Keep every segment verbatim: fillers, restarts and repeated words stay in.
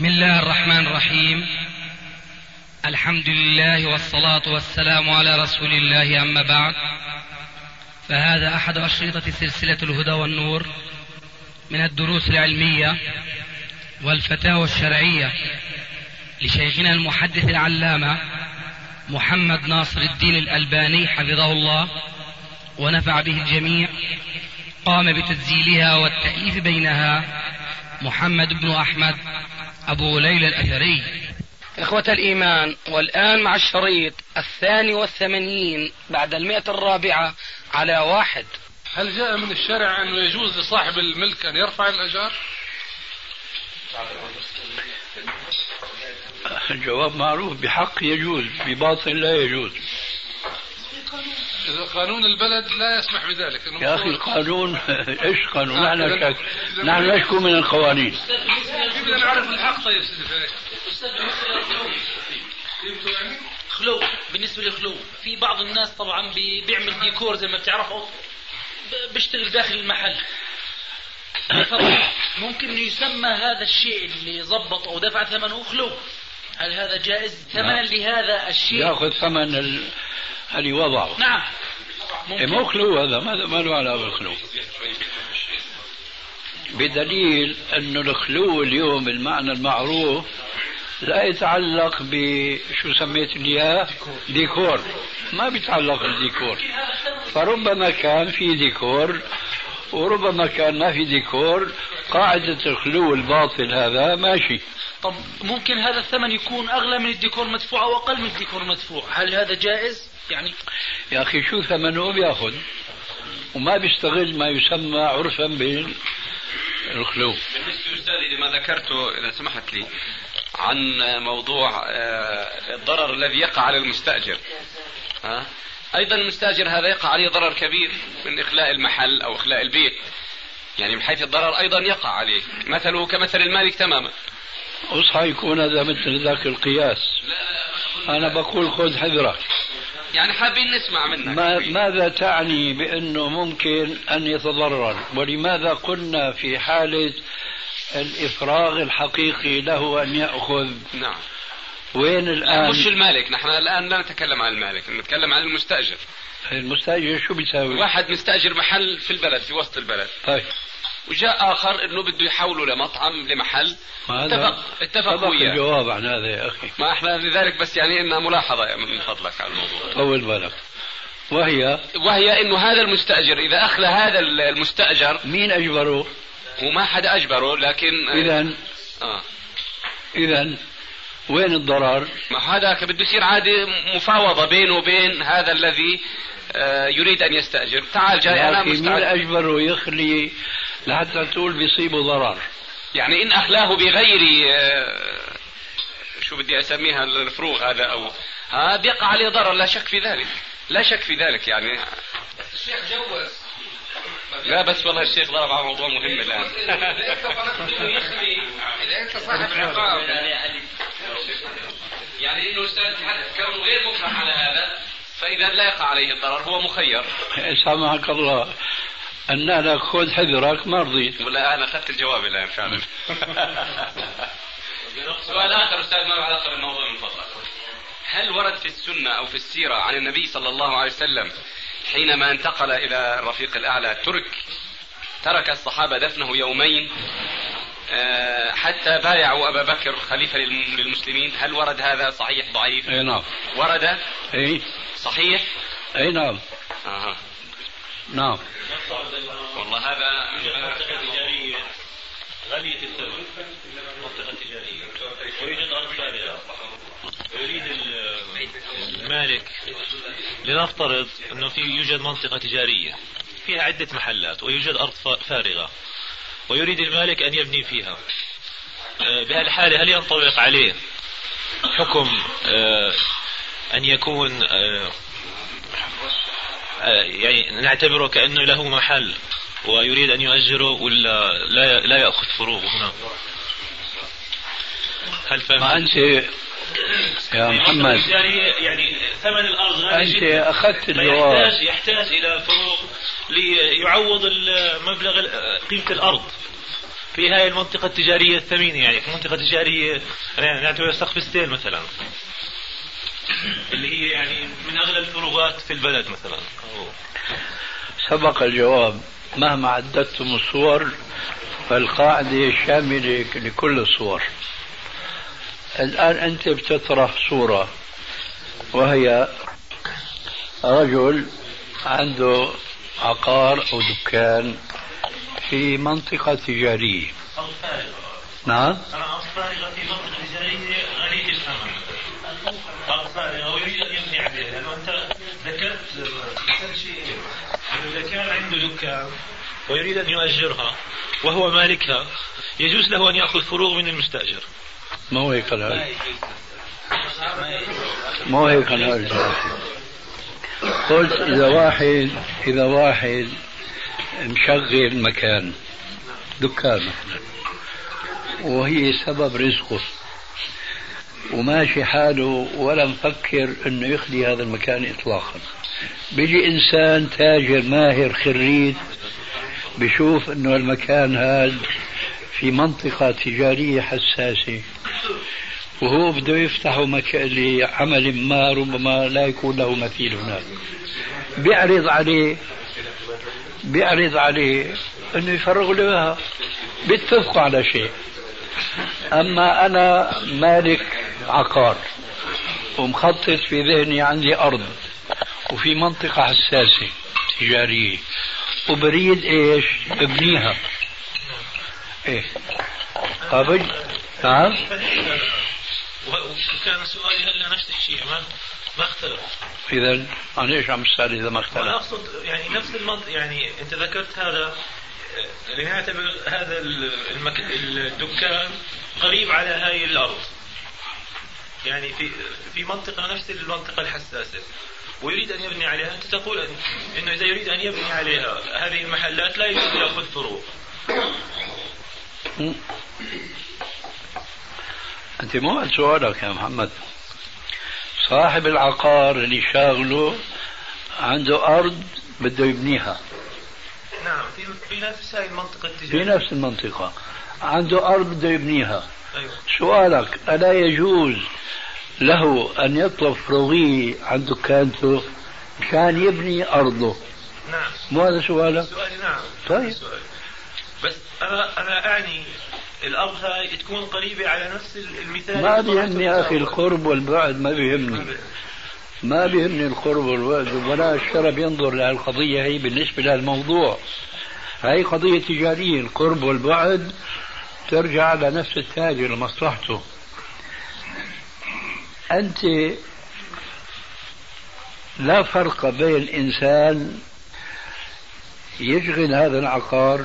بسم الله الرحمن الرحيم. الحمد لله والصلاة والسلام على رسول الله، أما بعد، فهذا أحد أشرطة سلسلة الهدى والنور من الدروس العلمية والفتاوى الشرعية لشيخنا المحدث العلامة محمد ناصر الدين الألباني حفظه الله ونفع به الجميع. قام بتسجيلها والتأليف بينها محمد بن أحمد أبو ليلى الأثري. إخوة الإيمان، والآن مع الشريط الثاني والثمانين بعد المئة الرابعة على واحد. هل جاء من الشرع أنه يجوز لصاحب الملك أن يرفع الأجار؟ الجواب معروف، بحق يجوز، بباطل لا يجوز. إذا قانون البلد لا يسمح بذلك. يا أخي القانون إيش قانون؟ نحن شك... نحن نشكو من القوانين. بدنا نعرف الحق. طيب خلو، بالنسبة للخلو في بعض الناس طبعا بيعمل ديكور زي ما بتعرفوا، بيشتغل داخل المحل. ممكن يسمى هذا الشيء اللي ضبط أو دفع ثمنه خلو. هل هذا جائز ثمنا لهذا الشيء؟ يأخذ ثمن ال... اللي وضعه. نعم. مو خلو هذا، ما له علاقة بالخلو، بدليل أنه الخلو اليوم المعنى المعروف لا يتعلق بشو سميت لي ديكور، ما بيتعلق بالديكور. فربما كان في ديكور وربما كان ما في ديكور. قاعدة الخلو الباطل هذا ماشي. طب ممكن هذا الثمن يكون أغلى من الديكور مدفوع أو أقل من الديكور مدفوع، هل هذا جائز؟ يعني يا أخي شو ثمنه بياخذ وما بيستغل ما يسمى عرفا بالخلو. بالنسبة أستاذي لما ذكرته إذا سمحت لي عن موضوع الضرر الذي يقع على المستأجر، ها؟ أيضا المستأجر هذا يقع عليه ضرر كبير من إخلاء المحل أو إخلاء البيت، يعني من حيث الضرر أيضا يقع عليه، مثله كمثل المالك تماما. أصحى يكون هذا مثل ذاك القياس. أنا بقول خذ حذرك، يعني حابين نسمع منك. ما ماذا تعني بأنه ممكن أن يتضرر؟ ولماذا قلنا في حالة الإفراغ الحقيقي له أن يأخذ؟ نعم. وين الآن؟ مش المالك، نحن الآن لا نتكلم عن المالك، نتكلم عن المستأجر. المستأجر شو بيساوي؟ واحد مستأجر محل في البلد، في وسط البلد، طيب، وجاء آخر إنه بده يحوله لمطعم لمحل، اتفق اتفقوا وياه. الجواب عن هذا يا أخي، ما احنا لذلك بس يعني إنها ملاحظة من فضلك على الموضوع. طول بالك. وهي وهي إنه هذا المستأجر إذا أخلى هذا المستأجر، مين أجبره؟ وما حدا أجبره، لكن إذن آه إذن وين الضرر؟ ما هذا بده يصير عادي مفاوضة بينه وبين هذا الذي آه يريد أن يستأجر. تعال جاي أنا مستعد. مين أجبره يخلي لحتى تقول بيصيبه ضرر؟ يعني إن أخلاه بغير آه شو بدي أسميها الفروغ هذا أو ها بيقع عليه ضرر، لا شك في ذلك، لا شك في ذلك. يعني الشيخ جوز. لا بس والله الشيخ ضرب على موضوع مهم الآن. إذا أنت صاحب العقاب يعني إنه كونه غير مكره على هذا، فإذا لا يقع عليه الضرر هو مخير. سامحك الله أن أنا خذ حذرك ما رضيت. ولا أنا أخذت الجواب الآن فعلا. سؤال آخر أستاذ ما له علاقة بالموضوع من فضلك. هل ورد في السنة أو في السيرة عن النبي صلى الله عليه وسلم حينما انتقل إلى الرفيق الأعلى ترك ترك الصحابة دفنه يومين حتى بايعوا أبا بكر خليفة للمسلمين؟ هل ورد هذا؟ صحيح ضعيف؟ أي نعم. ورد؟ أي صحيح؟ أي نعم. آه. نعم. والله هذا منطقة تجارية غالية الثمن، منطقة تجارية ويوجد أرض فارغة، يريد المالك، لنفترض أنه في يوجد منطقة تجارية فيها عدة محلات ويوجد أرض فارغة ويريد المالك أن يبني فيها. بهالحالة هل ينطبق عليه حكم أن يكون يعني نعتبره كأنه له محل ويريد أن يؤجره، ولا لا لا يأخذ فروغه هنا؟ هل فهم؟ ما أنت يا محمد يعني ثمن الأرض غالي أنت جدا، أخذت الجواب. يحتاج يحتاج إلى فروغ ليعوض المبلغ قيمة الأرض. في هاي المنطقة التجارية الثمينة، يعني في منطقة تجارية يعني نعتبر سقف ستيل مثلا، اللي هي يعني من أغلى الفروغات في البلد مثلا. سبق الجواب، مهما عددتم الصور فالقاعدة شاملة لكل الصور. الآن أنت بتطرح صورة، وهي رجل عنده عقار أو دكان في منطقة تجارية. نعم. أنا أصفارغة في منطقة تجارية غريب الثمن. أصفارغة ويريد أن يبني عليها، لأنه أنت ذكرت ذكرت شيء إنه إذا كان عنده دكان ويريد أن يؤجرها وهو مالكها يجوز له أن يأخذ فروغ من المستأجر. ما هو هيك الهال ما هو هيك الهال قلت إذا واحد إذا واحد مشغل مكان دكان مثلا وهي سبب رزقه وماشي حاله ولا مفكر انه يخلي هذا المكان اطلاقا، بيجي انسان تاجر ماهر خريج بشوف انه المكان هذا في منطقة تجارية حساسة وهو بده يفتحه مكان لعمل ما ربما لا يكون له مثيل هناك، بيعرض عليه بيعرض عليه انه يفرغ له اياها، بيتفقوا على شيء. اما انا مالك عقار ومخطط في ذهني عندي ارض وفي منطقة حساسة تجارية وبريد ايش ابنيها ايه قابل. نعم. وكان سؤالي هلا نفس الشيء ما ما اختلف. اذا عن ايش عم تسأل اذا ما اختلف؟ انا اقصد يعني نفس المنطق، يعني انت ذكرت هذا لنعتبر هذا المك... الدكان قريب على هاي الارض، يعني في في منطقة نفس المنطقة الحساسة ويريد ان يبني عليها، انت تقول أن... انه اذا يريد ان يبني عليها هذه المحلات لا يجوز ياخذ فروغ. انت مو عن سؤالك يا محمد. صاحب العقار اللي شاغله عنده ارض بده يبنيها. نعم. في في نفس هاي المنطقة التجارية. في نفس المنطقة عنده ارض بده يبنيها. أيوة. سؤالك الا يجوز له ان يطلب فروغية عن دكانته مشان يبني ارضه؟ نعم. مو هذا سؤالك؟ سؤالي نعم. طيب. بس انا انا اعني الارض هاي تكون قريبة على نفس المثال. ما بيهمني يا اخي القرب والبعد، ما بيهمني ما بيهمني القرب والبعد، ولا الشرع ينظر للقضية هي بالنسبة للموضوع. هاي قضية تجارية، القرب والبعد ترجع على نفس التاجر لمصلحته. أنت لا فرق بين إنسان يشغل هذا العقار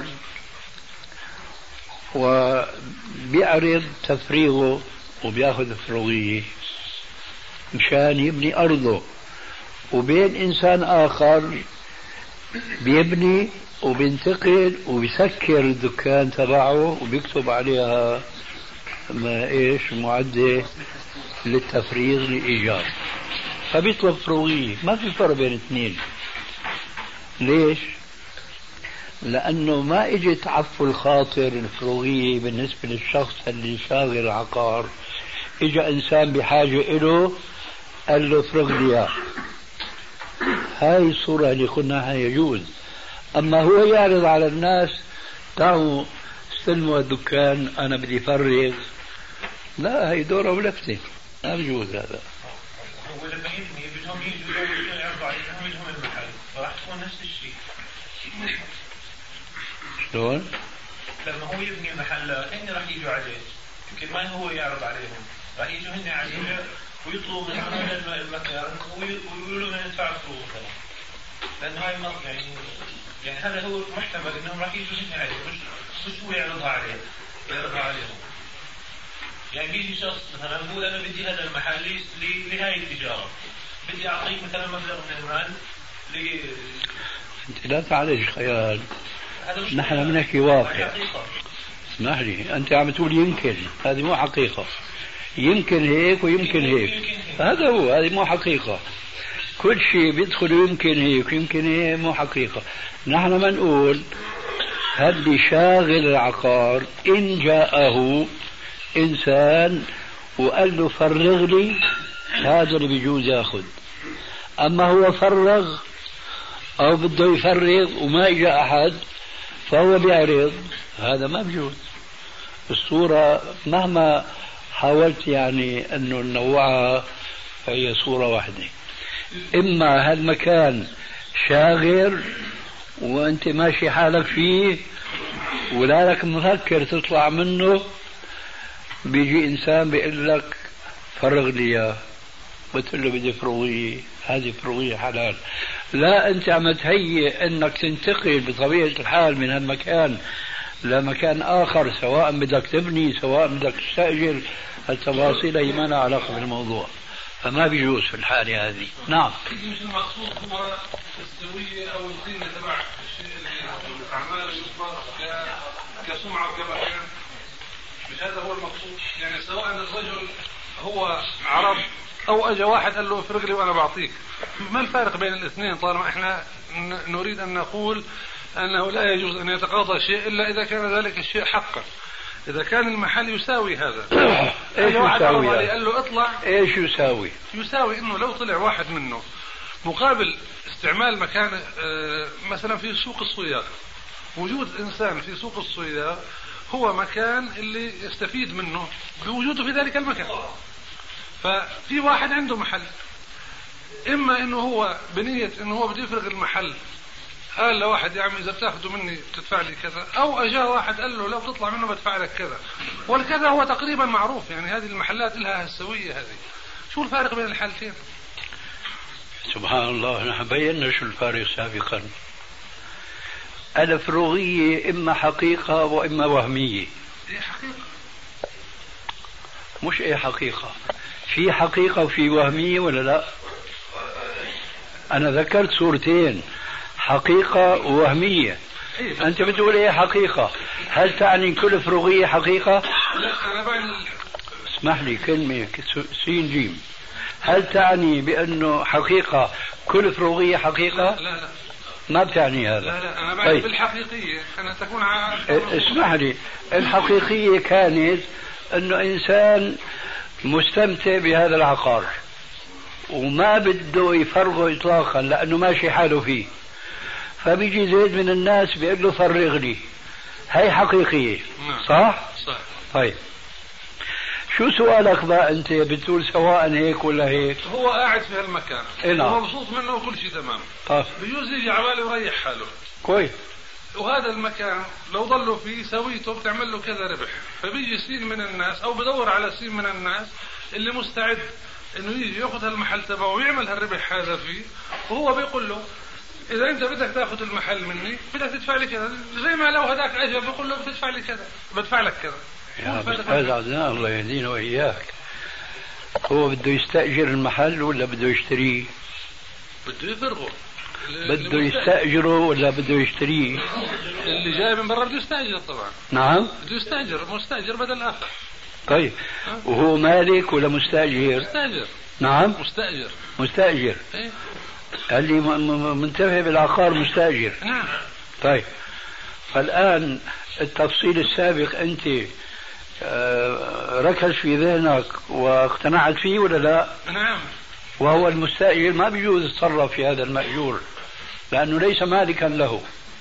وبيعرض تفريغه وبياخذ فروغية مشان يبني أرضه، وبين إنسان آخر بيبني وبينتقل وبيسكر الدكان تبعه وبيكتب عليها ما إيش معدة للتفريغ للإيجار، فبيطلب فروغية. ما في فرق بين اثنين. ليش؟ لأنه ما اجت عفو الخاطر الفروغية بالنسبة للشخص اللي شاغل العقار، اجا انسان بحاجة له قال له افرغ لي. هاي الصورة اللي قلناها يجوز. اما هو يعرض على الناس تعالوا استلموا الدكان انا بدي افرغ، لا، هي دورة ولفتة، ما بيجوز هذا. هو لما يبني بدهم يجوا يعرضوا عليهم بدهم المحل، فراح تكون نفس الشيء. شلون؟ لما هو يبني محلات هن راح يجوا عليه، يمكن ما هو يعرض عليهم، راح يجوا هن عليه ويطلبوا من المكان ويقولوا لهم ندفع فلوس مثلا، لأن هاي يعني يعني هذا هو محتمل انهم راح يجوا هن عليه، مش مش هو يعرضها عليه يعرضها عليهم. يعني بيجي شخص مثلا بقول انا بدي هذا المحل لهاي التجاره، بدي اعطيك مثلا مبلغ من المال ل انت لا تعالج خيال، نحن بنحكي واقع. اسمح لي، انت عم تقول يمكن، هذه مو حقيقه. يمكن هيك ويمكن هيك، هذا هو، هذه مو حقيقه. كل شيء بيدخل يمكن هيك ويمكن هيك، مو حقيقه. نحن ما نقول هل شاغل العقار إن جاءه إنسان وقال له فرغ لي، هذا اللي بيجوز ياخذ. أما هو فرغ أو بده يفرغ وما إجا أحد فهو بيعرض، هذا ما بيجوز. الصورة مهما حاولت يعني أنه نوعها هي صورة واحدة. إما هالمكان شاغر وأنت ماشي حالك فيه ولا لك مفكر تطلع منه، بيجي إنسان بيقول لك فرغ لي إياه، بتقول له بدي فروغية، هذه فروغية حلال. لا، أنت عم تهيئ أنك تنتقل بطبيعة الحال من هالمكان لمكان آخر، سواء بدك تبني سواء بدك تستأجر، التفاصيل هي ما لها علاقة بالموضوع، فما بيجوز في الحالة هذه. نعم. مش المقصود هو السوية أو القيمة تبع الشيء اللي أعمال يصبر كسمعة وكمكان، مش هذا هو المقصود. يعني سواء الرجل هو عرب أو أجا واحد قال له افرغ لي وأنا بعطيك، ما الفارق بين الاثنين طالما إحنا نريد أن نقول أنه لا يجوز أن يتقاضى شيء إلا إذا كان ذلك الشيء حقا، إذا كان المحل يساوي هذا. إيش يساوي؟ قال له اطلع. إيش يساوي؟ يساوي إنه لو طلع واحد منه مقابل استعمال مكان مثلا في سوق الصياغ، وجود إنسان في سوق الصياغ هو مكان اللي يستفيد منه بوجوده في ذلك المكان. ففي واحد عنده محل، إما إنه هو بنية إنه هو بده يفرغ المحل، قال لواحد يا عم إذا بتاخذوا مني بتدفع لي كذا، أو أجا واحد قال له لو بتطلع منه بدفع لك كذا، والكذا هو تقريبا معروف. يعني هذه المحلات لها السوية هذه. شو الفارق بين الحالتين؟ سبحان الله، نحن بينا شو الفارق سابقا. الفروغية إما حقيقة وإما وهمية. إيه حقيقة؟ مش إيه حقيقة، في حقيقة وفي وهمية ولا لا؟ أنا ذكرت صورتين، حقيقة ووهمية. إيه؟ أنت بتقول إيه حقيقة؟ هل تعني كل فروغية حقيقة؟ لا، أنا بعني. اسمح لي كلمة سين جيم. هل تعني بأنه حقيقة كل فروغية حقيقة؟ لا لا ما بتعني هذا. لا لا، أنا بعني طيب. بالحقيقية أنا تكون ع... اسمح لي، الحقيقية كانت أنه إنسان مستمتع بهذا العقار وما بده يفرغه إطلاقا لأنه ماشي حاله فيه، فبيجي زيد من الناس بيقول له فرغ لي، هاي حقيقية. صح؟ صح. طيب شو سؤالك بقى أنت؟ بتقول سواء هيك ولا هيك؟ هو قاعد في هالمكان نعم، ومبسوط منه وكل شيء تمام. طيب بيجوز يجي عباله ويريح حاله كويس، وهذا المكان لو ضلوا فيه سويته بتعمل له كذا ربح، فبيجي سين من الناس او بدور على سين من الناس اللي مستعد انه يجي ياخذ هالمحل تبعه ويعمل هالربح هذا فيه، وهو بيقول له اذا انت بدك تاخذ المحل مني بدك تدفع لي كذا، زي ما لو هذاك اجى بيقول له بتدفع لي كذا بدفع لك كذا. يا أستاذ عدنان الله يهدينا وإياك، هو بده يستأجر المحل ولا بده يشتريه؟ بده يفرغه. بده يستأجره ولا بده يشتريه؟ اللي جاي من برا بده يستأجر طبعا. نعم بده يستأجر، مستأجر بدل آخر. طيب وهو مالك ولا مستأجر؟ مستأجر. نعم مستأجر. مستأجر. ايه؟ اللي منتفع بالعقار مستأجر. نعم. طيب فالآن التفصيل السابق أنت ركز في ذهنك واقتنعت فيه ولا لا؟ نعم. وهو المستأجر ما بيجوز يتصرف في هذا المأجور لأنه ليس مالكا له.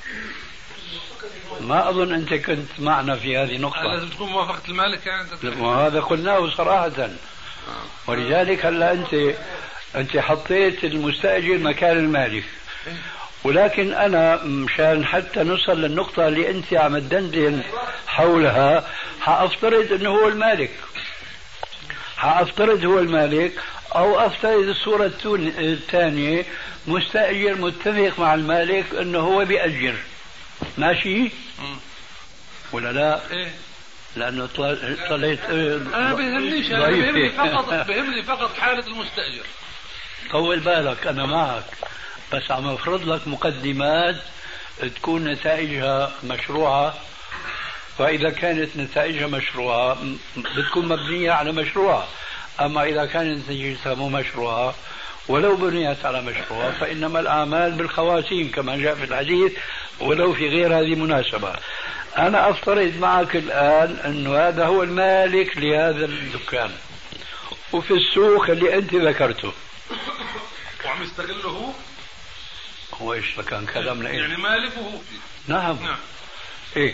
ما أظن أنت كنت معنا في هذه النقطة. لازم تكون موافقة المالك يعني. وهذا قلناه صراحة، ولذلك هلا أنت أنت حطيت المستأجر مكان المالك، ولكن أنا مشان حتى نوصل للنقطة اللي أنت عم تدندن حولها حأفترض أنه هو المالك، حأفترض هو المالك، أو أفترض الصورة الثانية مستأجر متفق مع المالك أنه هو بيأجر. ماشي ولا لا؟ إيه؟ لأنه طلعت أنا بيهمنيش، أنا بيهمني فقط بيهمني فقط حالة المستأجر. طول بالك أنا معك، بس عم أفرض لك مقدمات تكون نتائجها مشروعة، فإذا كانت نتائجها مشروعة بتكون مبنية على مشروع، أما إذا كانت نتيجتها مو مشروعة ولو بنيت على مشروع فإنما الأعمال بالخواتيم كما جاء في الحديث، ولو في غير هذه المناسبة. أنا أفترض معك الآن أنه هذا هو المالك لهذا الدكان وفي السوق اللي أنت ذكرته وعم يستغله هو هو إيش كان كلامنا إيه؟ يعني مالكه هو فيه. نعم. نعم إيه.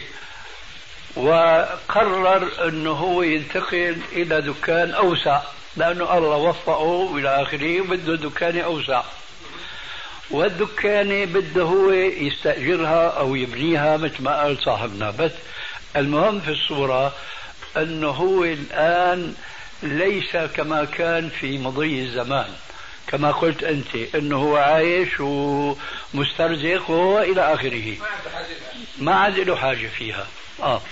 وقرر أنه هو ينتقل إلى دكان أوسع لأنه الله وفقه إلى آخره وبده دكان أوسع، والدكانة بده هو يستأجرها أو يبنيها مثل ما قال صاحبنا. بس المهم في الصورة أنه هو الآن ليس كما كان في مضي الزمان، كما قلت أنت أنه هو عايش ومسترزق وهو إلى آخره، ما عاد له حاجة فيها. آه.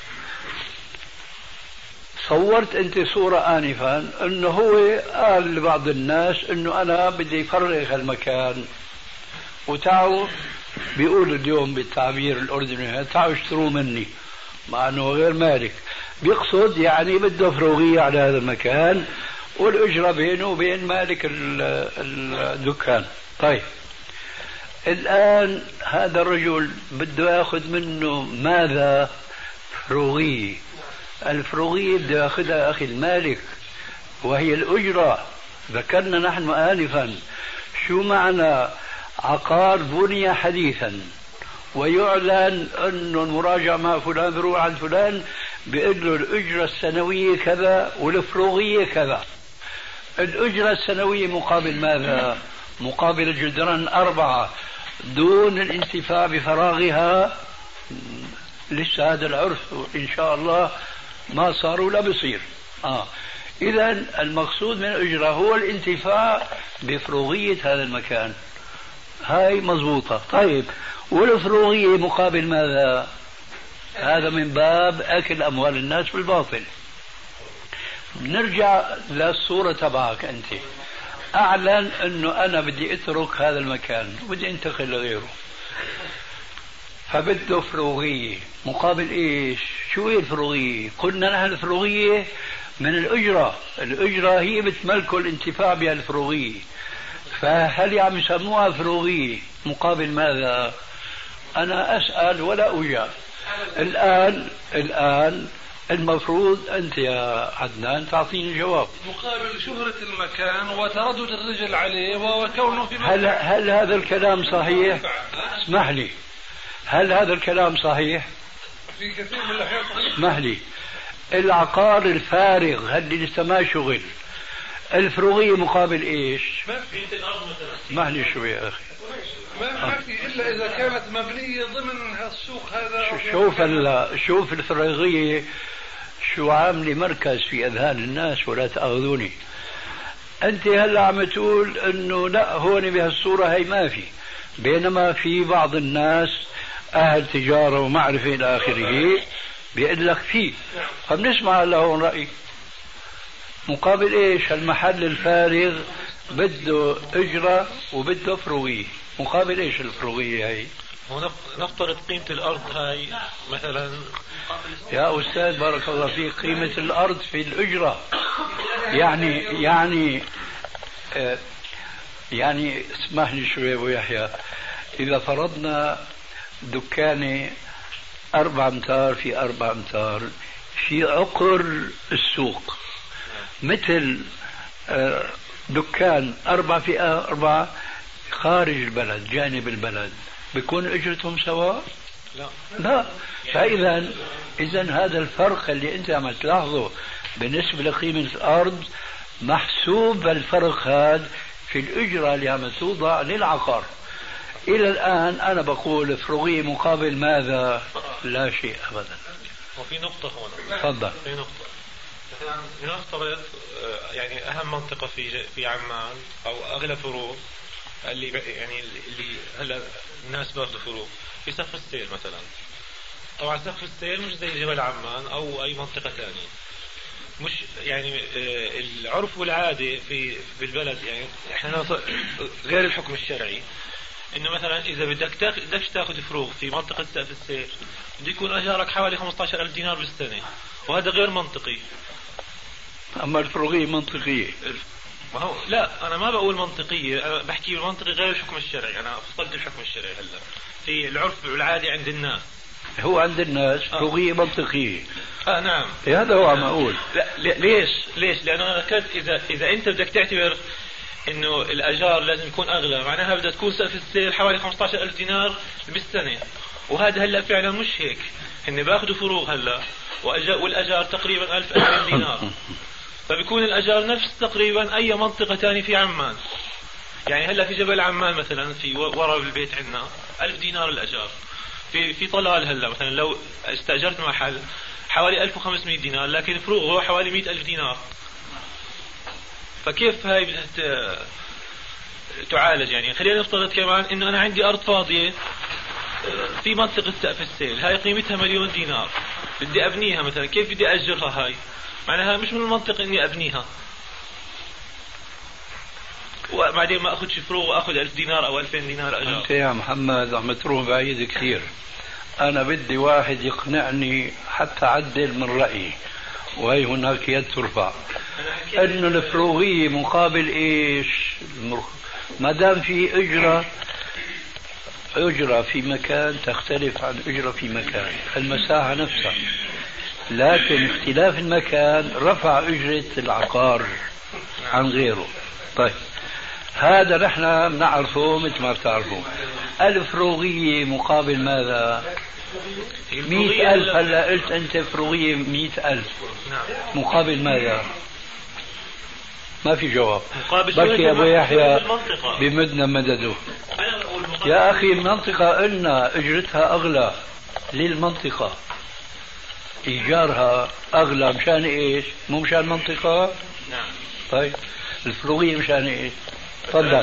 صورت أنت صورة آنفا أنه هو قال لبعض الناس أنه أنا بدي أفرغ المكان، وتعوا بيقول اليوم بالتعبير الأردني تعوا اشتروا مني، مع أنه غير مالك، بيقصد يعني بده فروغية على هذا المكان والأجرة بينه وبين مالك الدكان. طيب الآن هذا الرجل بده يأخذ منه ماذا؟ فروغية. الفروغية بده يأخذها أخي المالك وهي الأجرة. ذكرنا نحن آنفا شو معنى عقار بني حديثا ويعلن أنه المراجعة مع فلان بروح عن فلان بيقول له الأجرة السنوية كذا والفروغية كذا. الأجرة السنوية مقابل ماذا؟ مقابل الجدران أربعة دون الانتفاع بفراغها. لسه هذا العرف إن شاء الله ما صار ولا بصير. آه. إذن المقصود من الأجرة هو الانتفاع بفروغية هذا المكان، هاي مضبوطة. طيب والفروغية مقابل ماذا؟ هذا من باب أكل أموال الناس بالباطل. نرجع للصورة تبعك أنت، أعلن أنه أنا بدي أترك هذا المكان وبدي أنتقل لغيره، فبده فروغية مقابل إيش؟ شو هي الفروغية؟ قلنا نحن الفروغية من الأجرة، الأجرة هي بتملكه الانتفاع بها الفروغية، فهل عم يسموها فروغية مقابل ماذا؟ أنا أسأل ولا أجاب. الآن الآن المفروض أنت يا عدنان تعطيني جواب. مقابل شهرة المكان وتردد الرجل عليه وكونه في هل, هل هذا الكلام صحيح؟ اسمح لي، هل هذا الكلام صحيح؟ في كثير من الأحيان. اسمح لي، العقار الفارغ هل لسه ما شغل، الفروغية مقابل ايش؟ ما في انت الارض مثلا. اسمح لي شوي يا اخي. ما, ما في الا اذا كانت مبنية ضمن السوق هذا. شوف شوف الفروغية شو عاملة مركز في اذهان الناس، ولا تأخذوني. انت هلا عم تقول انه لا هون بهالصورة هي ما في، بينما في بعض الناس اهل تجارة ومعرفة الى اخره بيقول لك فيه. فبنسمع لهون رأي مقابل ايش؟ المحل الفارغ بده اجرة وبده فروغية، مقابل ايش الفروغية هي؟ نفترض قيمة الارض هاي مثلا. يا استاذ بارك الله فيك، قيمة الارض في الاجرة يعني يعني آه يعني اسمح لي شوي ابو يحيى، اذا فرضنا دكانة اربع امتار في اربع امتار في عقر السوق، مثل دكان أربعة في أربعة خارج البلد جانب البلد، بيكون أجرتهم سواء؟ لا لا. فإذا إذا هذا الفرق اللي أنت عم تلاحظه بالنسبة لقيمة الأرض محسوب الفرق هذا في الأجرة اللي عم توضع للعقار. إلى الآن أنا بقول فروغية مقابل ماذا؟ لا شيء أبدا. وفي نقطة هنا. تفضل. في نقطة لنفترض يعني أهم منطقة في في عمان أو أغلى فروع اللي يعني اللي هلا الناس باخذوا فروع في سقف السيل مثلا. طبعا سقف السيل مش زي جبل عمان أو أي منطقة ثانية، مش يعني العرف والعادة في بالبلد يعني إحنا غير الحكم الشرعي إنه مثلا إذا بدك تاخذ بدكش تاخذ فروغ في منطقة سقف السيل بده يكون أجارك حوالي خمسة عشر ألف دينار بالسنة، وهذا غير منطقي. أما الفروغية منطقية. ما هو لا أنا ما بقول منطقية، أنا بحكي المنطقي غير الحكم الشرعي. أنا فصلت الحكم الشرعي هلا في العرف والعادي عند الناس. هو عند الناس فروغية منطقية. آه نعم. هذا هو عم أقول. لا ليش؟ ليش؟ لأنه أنا ذكرت إذا إذا أنت بدك تعتبر إنه الأجار لازم يكون أغلى، معناها بدها تكون سقف السيل حوالي خمسة عشر ألف دينار بالسنة، وهذا هلا فعلا مش هيك. هن باخذوا فروغ هلا والأجار تقريبا ألف ألفين دينار، فبيكون الأجار نفس تقريبا أي منطقة تاني في عمان. يعني هلا في جبل عمان مثلا في ورا البيت عندنا ألف دينار الأجار. في في طلال هلا مثلا لو استأجرت محل حوالي ألف وخمسمائة دينار، لكن فروغه حوالي مئة ألف دينار. فكيف هاي بدها تعالج؟ يعني خلينا نفترض كمان إنه أنا عندي أرض فاضية في منطقة سقف السيل، هاي قيمتها مليون دينار، بدي أبنيها مثلا، كيف بدي أجرها؟ هاي معناها مش من المنطق إني أبنيها وبعدين ما أخذ فروغ وأخذ ألف دينار أو ألفين دينار أجار. أنت يا محمد عم تروح بعيد كثير. أنا بدي واحد يقنعني حتى عدل من رأيي، وهي هناك يد ترفع، أنه الفروغية مقابل إيش؟ ما دام في أجرة أجرة في مكان تختلف عن أجرة في مكان، المساحة نفسها، لكن اختلاف المكان رفع أجرة العقار عن غيره. طيب هذا نحن بنعرفه مثل ما بتعرفوا. الفروغية مقابل ماذا؟ مئة ألف. هلا قلت أنت فروغية مئة ألف مقابل ماذا؟ ما في جواب. بكي يا أبو يحيى بمدنا مدده. يا أخي المنطقة قلنا أجرتها أغلى للمنطقة، إيجارها أغلى مشان إيش؟ مو مشان المنطقة؟ نعم. طيب الفروغية مشان إيش؟ تفضل.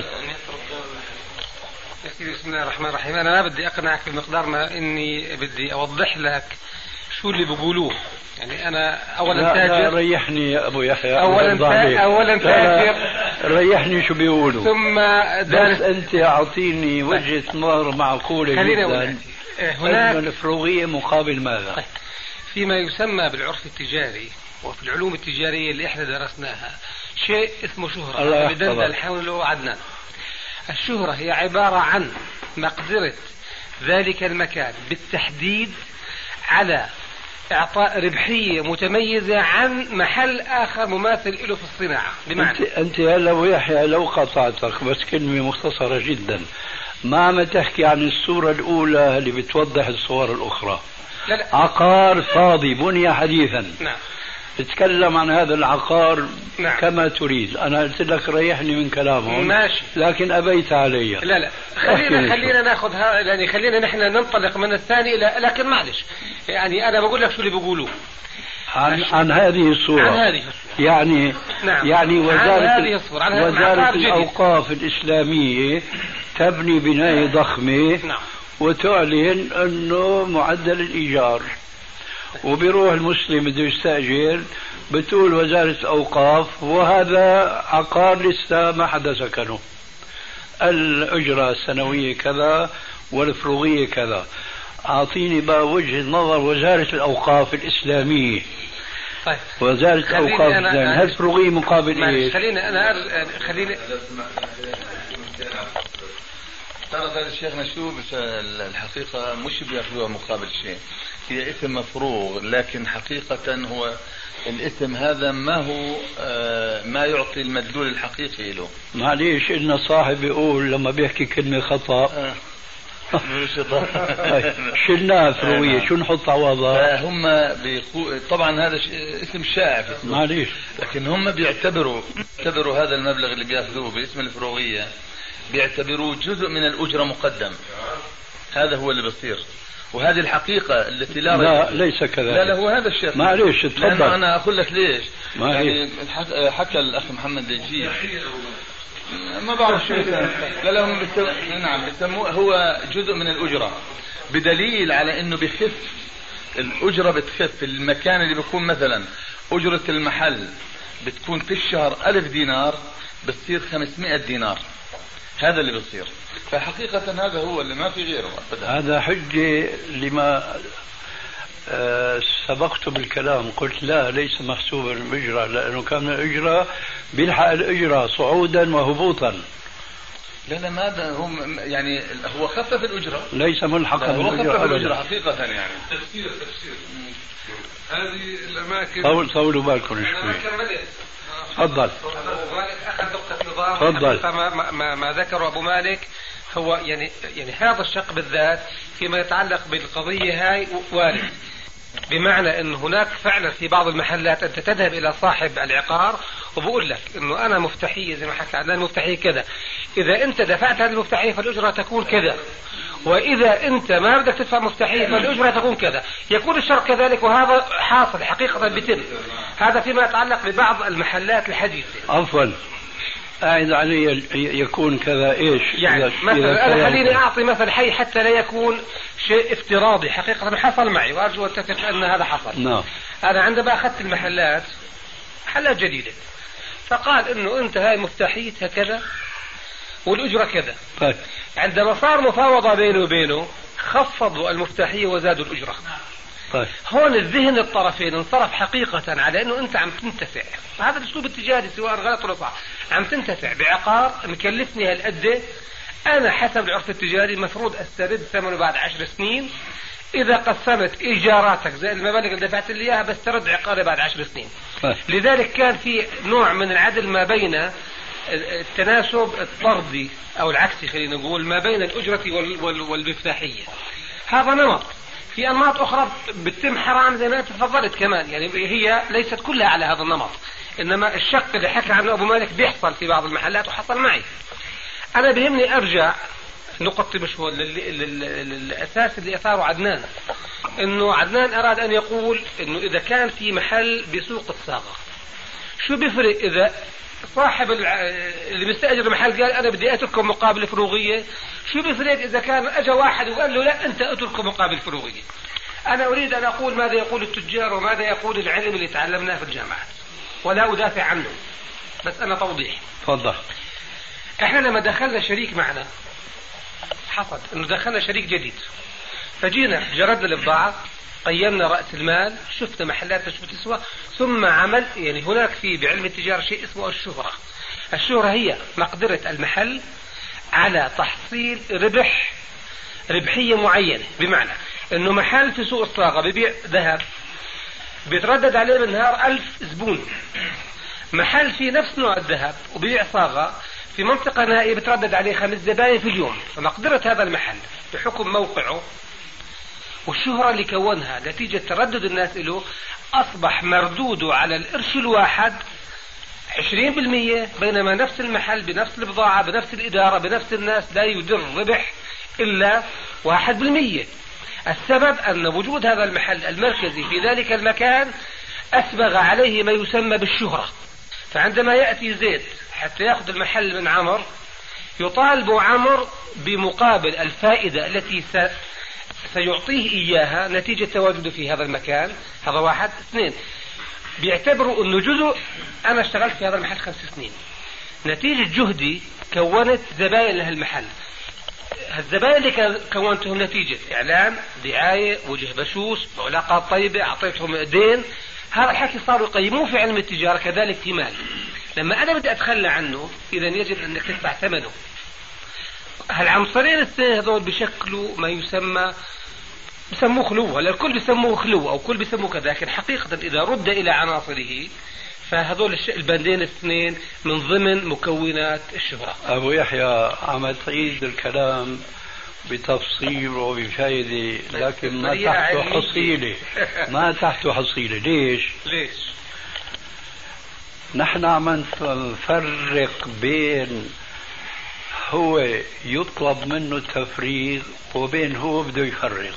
بسم الله الرحمن الرحيم. أنا ما بدي أقنعك بمقدار ما إني بدي أوضح لك شو اللي بقولوه. يعني أنا أولا لا تاجر. لا ريحني يا أبو يحيى. أولا تا... أولا تاجر. ريحني شو بيقولوا. ثم بس أنت أعطيني وجهة نظر معقولة جدا. هناك الفروغية مقابل ماذا؟ فيما يسمى بالعرف التجاري وفي العلوم التجارية اللي احنا درسناها شيء اسمه شهرة. بدندل حوله عدنان. الشهرة هي عبارة عن مقدرة ذلك المكان بالتحديد على إعطاء ربحية متميزة عن محل آخر مماثل له في الصناعة. بمعنى أنت, أنت هلا ويحيى لو قطعتك بس كلمة مختصرة جدا، ما عم تحكي عن الصورة الأولى اللي بتوضح الصور الأخرى. لا لا. عقار فاضي بني حديثا. نعم. تتكلم عن هذا العقار. نعم. كما تريد. أنا قلت لك ريحني من كلامهم. ماشي. لكن أبيت علي. لا لا خلينا خلينا ناخذ يعني خلينا نحن ننطلق من الثاني إلى، لكن معلش يعني أنا بقول لك شو اللي بيقولوه عن عن هذه الصورة. عن هذه الصورة. يعني نعم. يعني وزارة عن هذه الصورة. عن وزارة الأوقاف الإسلامية تبني بناية ضخمة. نعم. وتعلن أنه معدل الإيجار، وبيروح المسلم بده يستأجر بتقول وزارة أوقاف وهذا عقار لسه ما حدا سكنه، الأجرة السنوية كذا والفروغية كذا. أعطيني بقى وجهة نظر وزارة الأوقاف الإسلامية. طيب. وزارة الأوقاف الإسلامية هل فروغية مقابل إيه؟ خليني أنا خليني ترى الشيخنا شو بس الحقيقة مش بياخذوها مقابل شيء، هي اسم مفروغ، لكن حقيقة هو الاسم هذا ما هو آه ما يعطي المدلول الحقيقي له. معليش إن صاحب يقول لما بيحكي كلمة خطأ آه. شلناها فروية، شو نحط عوضها؟ هم بيقو... طبعا هذا ش... اسم شائع، معليش، لكن هم بيعتبروا بيعتبروا هذا المبلغ اللي بياخذوه باسم الفروغية بيعتبروه جزء من الأجرة مقدم. هذا هو اللي بصير، وهذه الحقيقة التي لا لا ليس كذلك. لا لا هو هذا الشيء. معليش تفضل. أنا أقول لك ليش. يعني حكى الأخ محمد دجيج ما بعرف شو لا لا هم بيسموه نعم بيسموه هو جزء من الأجرة، بدليل على إنه بخف الأجرة، بتخف المكان اللي بيكون مثلا أجرة المحل بتكون في الشهر ألف دينار بتصير خمسمائة دينار. هذا اللي بيصير. فحقيقة هذا هو اللي ما في غيره أبدا. هذا حجة لما آه سبقت بالكلام، قلت لا ليس محسوبا بالأجرة، لأنه كان الأجرة بيلحق الأجرة صعودا وهبوطا. لا لا ماذا هم يعني هو خفف الأجرة ليس ملحقا هو بالأجرة خفف الأجرة أبدا. حقيقة يعني. تفسير تفسير هذه الأماكن. طول طولوا بالكم شوي. تفضل. أخذ نقطة نظام. تفضل. ما, ما, ما ذكر أبو مالك هو يعني يعني هذا الشق بالذات فيما يتعلق بالقضية هاي وارد، بمعنى أن هناك فعلا في بعض المحلات أنت تذهب إلى صاحب العقار وبقول لك أنه أنا مفتاحية زي ما حكى عدنان مفتاحية كذا، إذا أنت دفعت هذه المفتاحية فالأجرة تكون كذا، وإذا أنت ما بدك تدفع مفتاحية فالأجرة تكون كذا، يكون الشرط كذلك، وهذا حاصل حقيقة بتم. هذا فيما يتعلق ببعض المحلات الحديثة. عفوا أعد علي يكون كذا إيش يعني مثلا أنا خليني أعطي مثل حي حتى لا يكون شيء افتراضي، حقيقة حصل معي وأرجو أن تتفق أن هذا حصل. نعم. أنا عندما أخذت المحلات محلات جديدة فقال إنه أنت هاي مفتاحيتها كذا والأجرة كذا. طيب. عندما صار مفاوضة بينه وبينه خفضوا المفتاحية وزادوا الأجرة. طيب. هون الذهن الطرفين انصرف حقيقة على أنه أنت عم تنتفع، هذا الأسلوب التجاري سواء غلط ولا صح، عم تنتفع بعقار مكلفني هالقد، أنا حسب العرف التجاري مفروض أسترد ثمنه بعد عشر سنين، إذا قسمت إيجاراتك زي المبالغ اللي دفعت لي إياها بسترد عقاري بعد عشر سنين. طيب. لذلك كان في نوع من العدل ما بين التناسب الطردي أو العكسي خلينا نقول ما بين الأجرة والمفتاحية. هذا نمط. في أنماط أخرى بتتم حرام زي ما أنت تفضلت كمان، يعني هي ليست كلها على هذا النمط، إنما الشق اللي حكى عنه أبو مالك بيحصل في بعض المحلات وحصل معي. أنا بهمني أرجع نقطة مشهور للأساس اللي أثاره عدنان، إنه عدنان أراد أن يقول إنه إذا كان في محل بسوق الصاغة شو بيفرق إذا صاحب اللي بيستأجر المحل قال أنا بدي أتركه مقابل فروغية، شو بيفرق إذا كان أجا واحد وقال له لا أنت أتركه مقابل فروغية. أنا أريد أن أقول ماذا يقول التجار وماذا يقول العلم اللي تعلمناه في الجامعات، ولا أدافع عنه، بس أنا توضيح. تفضل. إحنا لما دخلنا شريك معنا حصل إنه دخلنا شريك جديد، فجينا جردنا البضاعة، قيمنا رأس المال، شفنا محلات شو بتسوى، ثم عمل يعني هناك في بعلم التجارة شيء اسمه الشهرة. الشهرة هي مقدرة المحل على تحصيل ربح ربحية معينة، بمعنى انه محل في سوق الصاغة ببيع ذهب بيتردد عليه بالنهار ألف زبون، محل في نفس نوع الذهب وبيع صاغة في منطقة نائية بتردد عليه خمس زباين في اليوم، فمقدرة هذا المحل بحكم موقعه والشهرة اللي كونها نتيجة تردد الناس له أصبح مردوده على القرش الواحد عشرين بالمية، بينما نفس المحل بنفس البضاعة بنفس الإدارة بنفس الناس لا يدر ربح إلا واحد بالمية. السبب أن وجود هذا المحل المركزي في ذلك المكان أسبغ عليه ما يسمى بالشهرة، فعندما يأتي زيد حتى يأخذ المحل من عمر يطالب عمر بمقابل الفائدة التي س سيعطيه إياها نتيجة تواجده في هذا المكان. هذا واحد. اثنين، بيعتبروا أنه جزء أنا اشتغلت في هذا المحل خمس سنين، نتيجة جهدي كونت زبائن لهالمحل، هالزبائن اللي كونتهم نتيجة إعلان دعاية وجه بشوش علاقات طيبة أعطيتهم دين، هذا الحكي صاروا يقيموه في علم التجارة كذلك في مال. لما أنا بدي أتخلى عنه إذا يجب أنك تدفع ثمنه. هالعنصرين الاثنين هذول بشكلوا ما يسمى بسموه خلو، هلا الكل بيسموه خلو او الكل بيسموه كذا، لكن حقيقة اذا رد الى عناصره فهذول البندين الاثنين من ضمن مكونات الشهرة. ابو يحيى عم تعيد الكلام بتفصيل وبفائدة، لكن ما تحته حصيلة ما تحته حصيلة. ليش؟ ليش؟ نحن عم نفرق بين هو يطلب منه التفريغ وبين هو بده يفرغ.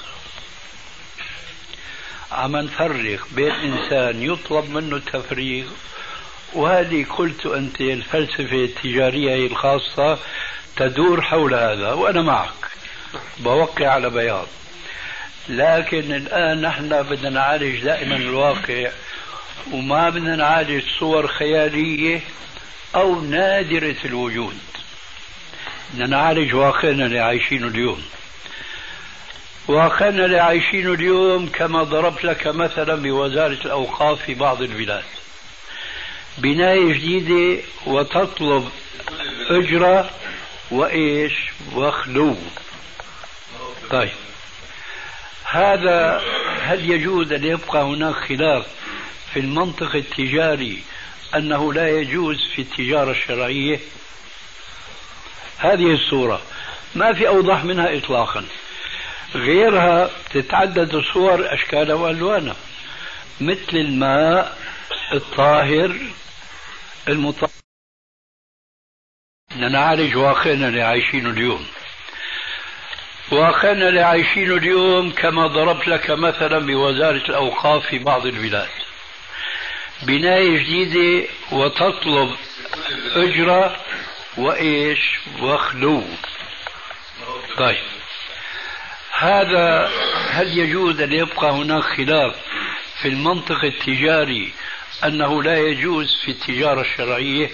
عم نفرق بين إنسان يطلب منه التفريغ، وهذه قلت أنت الفلسفة التجارية الخاصة تدور حول هذا وأنا معك بوقع على بياض. لكن الآن نحن بدنا نعالج دائما الواقع وما بدنا نعالج صور خيالية أو نادرة الوجود، بدنا نعالج واقعنا اللي عايشينه اليوم. واقعنا اللي عايشينه اليوم كما ضربت لك مثلا بوزارة الأوقاف في بعض البلاد، بناية جديدة وتطلب أجرة وإيش وخلو. طيب هذا هل يجوز أن يبقى هناك خلاف في المنطق التجاري أنه لا يجوز في التجارة الشرعية؟ هذه الصورة ما في أوضح منها إطلاقا. غيرها تتعدد الصور أشكالها وألوانها، مثل الماء الطاهر المطهر. نعالج واقعنا اللي عايشينه اليوم. واقعنا اللي عايشينه اليوم كما ضربت لك مثلا بوزارة الأوقاف في بعض البلاد، بناية جديدة وتطلب أجرة وإيش وخلو. طيب هذا هل يجوز أن يبقى هناك خلاف في المنطق التجاري أنه لا يجوز في التجارة الشرعية؟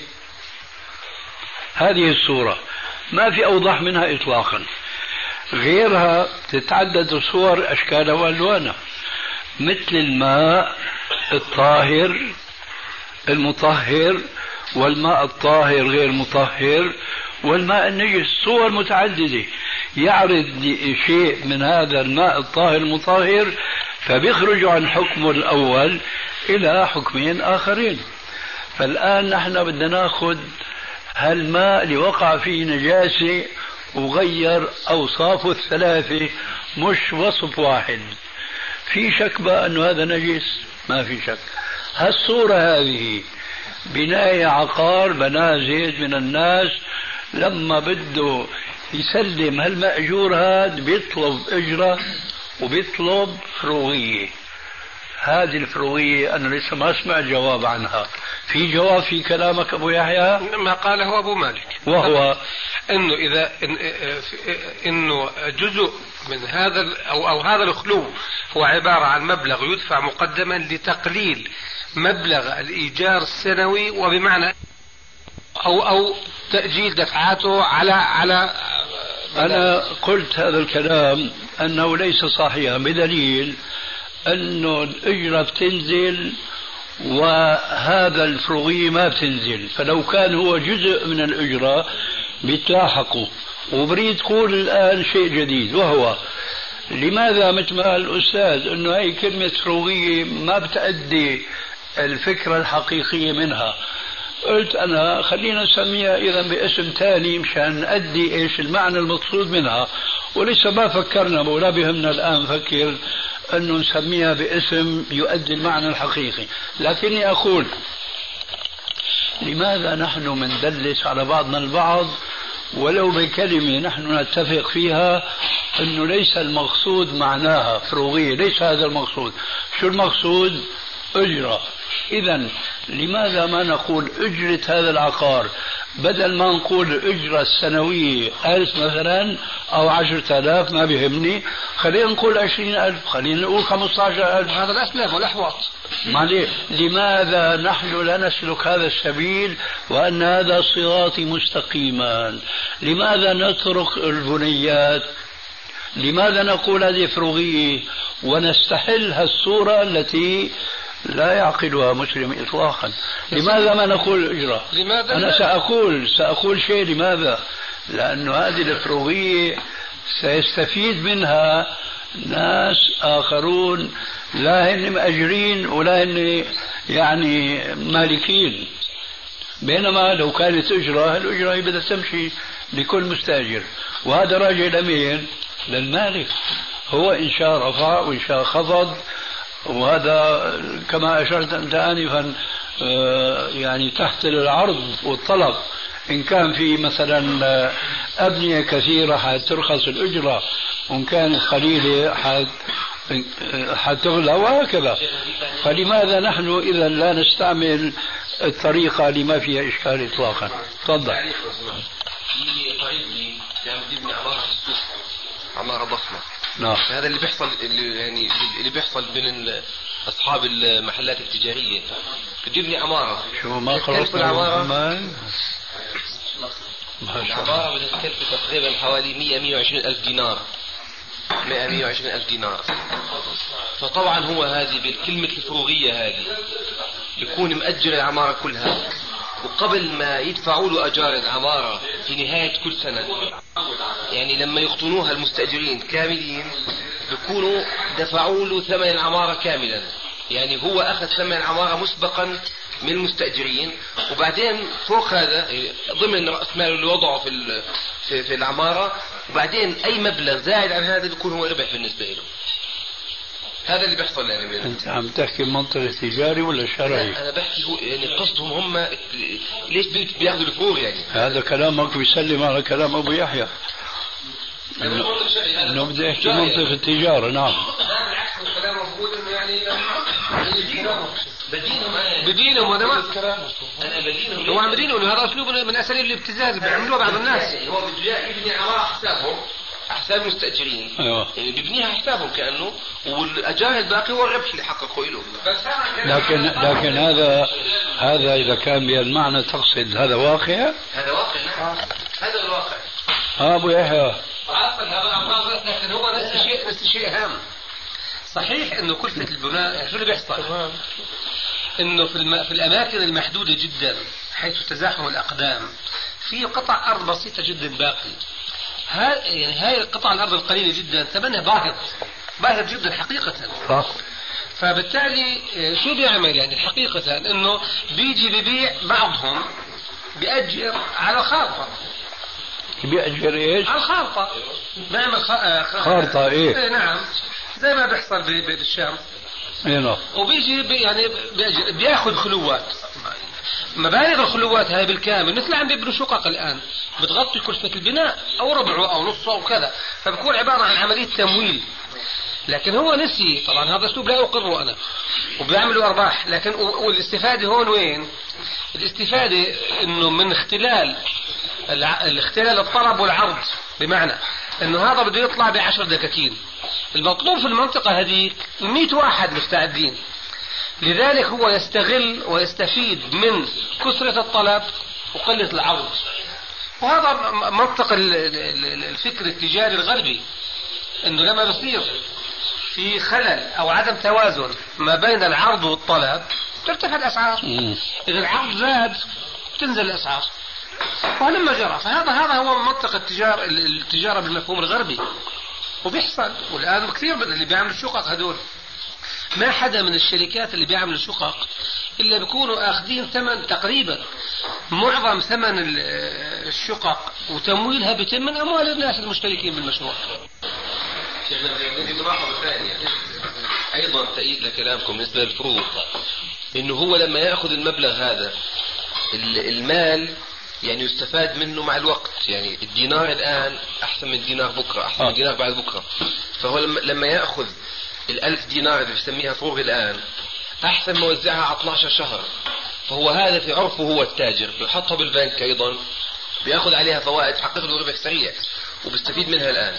هذه الصورة ما في أوضح منها إطلاقا. غيرها تتعدد الصور أشكالها وألوانها، مثل الماء الطاهر المطهر والماء الطاهر غير مطهر والماء النجس. صور متعددة يعرض شيء من هذا الماء الطاهر المطهر فبيخرج عن حكمه الأول إلى حكمين آخرين. فالآن نحن بدنا ناخذ هالماء اللي وقع فيه نجاسة وغير أوصافه الثلاثة، مش وصف واحد. في شك بقى أنه هذا نجس؟ ما في شك. هالصورة هذه بناية عقار بناه زيد من الناس، لما بده يسلم هالمأجور هذا بيطلب أجرة وبيطلب فروغية. هذه الفروغية أنا لسه ما أسمع جواب عنها. في جواب في كلامك أبو يحيى؟ ما قاله أبو مالك، وهو إنه إذا إن إنه جزء من هذا أو أو هذا الخلو هو عبارة عن مبلغ يدفع مقدما لتقليل مبلغ الإيجار السنوي، وبمعنى أو أو تأجيل دفعاته على على أنا قلت هذا الكلام أنه ليس صحيحا، بدليل أنه الأجرة بتنزل وهذا الفروغية ما بتنزل، فلو كان هو جزء من الأجرة بيتلاحقوا. وبريد تقول الآن شيء جديد، وهو لماذا مثل ما الأستاذ أنه هي كلمة فروغية ما بتأدي الفكرة الحقيقية منها. قلت أنا خلينا نسميها إذا باسم ثاني مشان نأدي إيش المعنى المقصود منها، ولسه ما فكرنا ولا بهمنا الآن نفكر أنه نسميها باسم يؤدي المعنى الحقيقي. لكني أقول لماذا نحن مندلس على بعضنا البعض ولو بكلمة نحن نتفق فيها أنه ليس المقصود معناها فروغية، ليس هذا المقصود. شو المقصود؟ أجرة. إذن لماذا ما نقول أجرة هذا العقار، بدل ما نقول الأجرة السنوية ألف مثلا أو عشرة آلاف ما بيهمني، خلينا نقول عشرين ألف، خلينا نقول خمسة عشر ألف، هذا الأسلام والأحوط. لماذا نحن لا نسلك هذا السبيل وأن هذا صراطي مستقيما؟ لماذا نترك البنيات؟ لماذا نقول هذه فروغية ونستحل هالصورة التي لا يعقلها مسلم إطلاقا؟ لماذا ما نقول إجراء؟ لماذا أنا سأقول سأقول شيء. لماذا؟ لأن هذه الفروغية سيستفيد منها ناس آخرون لا هن مأجرين ولا هن يعني مالكين، بينما لو كانت أجرة الأجرة هي بدها تمشي لكل مستأجر، وهذا راجع لمين؟ للمالك. هو إن شاء رفع وإن شاء خفض، وهذا كما أشرت أنت آنفا يعني تحت العرض والطلب. إن كان في مثلا أبنية كثيرة حترخص الأجرة، وإن كانت قليلة حتغلى، وهكذا. فلماذا نحن إذا لا نستعمل الطريقة لما فيها إشكال إطلاقا؟ تفضل. في قريبي كان بيبني عمارة في السوق، عمارة ضخمة. نعم. هذا اللي بيحصل، اللي يعني اللي بيحصل بين أصحاب المحلات التجارية. بده يبني عمارة. شو ما خلصنا العمارة؟ العمارة بدها تكلف تقريبا حوالي مئة مئة وعشرين ألف دينار. مئة مئة وعشرين ألف دينار. فطبعا هو هذه بالكلمة الفروغية هذه يكون مأجر العمارة كلها، وقبل ما يدفعوا له أجار العمارة في نهاية كل سنة، يعني لما يقطنوها المستأجرين كاملين بيكونوا دفعوا له ثمن العمارة كاملا، يعني هو أخذ ثمن العمارة مسبقا من المستأجرين، وبعدين فوق هذا ضمن رأس ماله اللي وضعه في في, في العمارة، وبعدين أي مبلغ زائد عن هذا بيكون هو ربح بالنسبة له. هذا اللي بيحصل يعني بين. انت عم تحكي منطق تجاري ولا شرعي؟ انا بحكي هو يعني قصدهم هم ليش بياخذوا الفروغ يعني. هذا كلامك بيسلم على كلام ابو يحيى انه بدي احكي منطق التجاره. نعم بالعكس الكلام المفروض انه يعني بدينهم بدينهم وانا ما انا بدينهم هو عم بدينهم، هذا اسلوب من اساليب الابتزاز بيعملوه بعض الناس. هو بده يبني عماره حسابهم حساب المستأجرين. أيوة. يعني بيبنيها حسابهم كأنه، والأجار الباقي هو الربح اللي حققه له. لكن لكن هذا هذا إذا كان بهالمعنى تقصد هذا واقع؟ هذا واقع نعم. هذا الواقع. ها أبو يحيى. عفوا هذا أمراض، لكن هو نفس الشيء نفس الشيء هام. صحيح إنه كلفة البناء شو اللي بيحصل؟ إنه في الم... في الأماكن المحدودة جدا حيث تزاحم الأقدام في قطع أرض بسيطة جدا باقي. ها يعني هاي القطع الأرض القليلة جدا ثمنها باهظ باهظ جدا حقيقة. صح. فبالتالي شو بيعمل يعني حقيقة إنه بيجي ببيع بعضهم بيأجر على خارطة. بيأجر إيش؟ على الخارطة. بيعمل خ... خارطة إيه؟ إيه نعم زي ما بيحصل ب... ب... بالشام. إيه نعم. وبيجي بي يعني بيأجر بياخذ خلوات. مبالغ الخلوات هاي بالكامل مثل عم بيبنوا شقق الآن بتغطي كلفة البناء أو ربعه أو نصه أو كذا، فبكون عبارة عن عملية تمويل. لكن هو نسي طبعا هذا أسلوب لا أقره أنا وبيعملوا أرباح، لكن والاستفادة هون وين؟ الاستفادة إنه من اختلال الاختلال الطلب والعرض، بمعنى إنه هذا بده يطلع بعشر دكاكين، المطلوب في المنطقة هذيك مئة واحد مستعدين، لذلك هو يستغل ويستفيد من كثرة الطلب وقلة العرض. وهذا منطق الفكر التجاري الغربي، انه لما بصير في خلل او عدم توازن ما بين العرض والطلب ترتفع الاسعار، اذا العرض زاد تنزل الاسعار، ولما جرى. فهذا هذا هو منطق التجارة التجارة بالمفهوم الغربي، وبيحصل. والان كثير من اللي بيعملوا الشقق هذول ما حدا من الشركات اللي بيعملوا شقق إلا بيكونوا آخذين ثمن تقريبا معظم ثمن الشقق وتمويلها بيتم من أموال الناس المشتركين بالمشروع. ملاحظة ثانية أيضا تأييد لكلامكم بالنسبة للفروض، إنه هو لما يأخذ المبلغ هذا المال يعني يستفاد منه مع الوقت، يعني الدينار الآن أحسن من الدينار بكرة، أحسن من الدينار بعد بكرة. فهو لما يأخذ الألف دينار اللي بسميها فروغ الآن أحسن ما وزعها على اثني عشر شهر، فهو هذا في عرفه هو التاجر بيحطها بالبنك أيضا بيأخذ عليها فوائد تحقق له ربح سريع وبيستفيد منها الآن.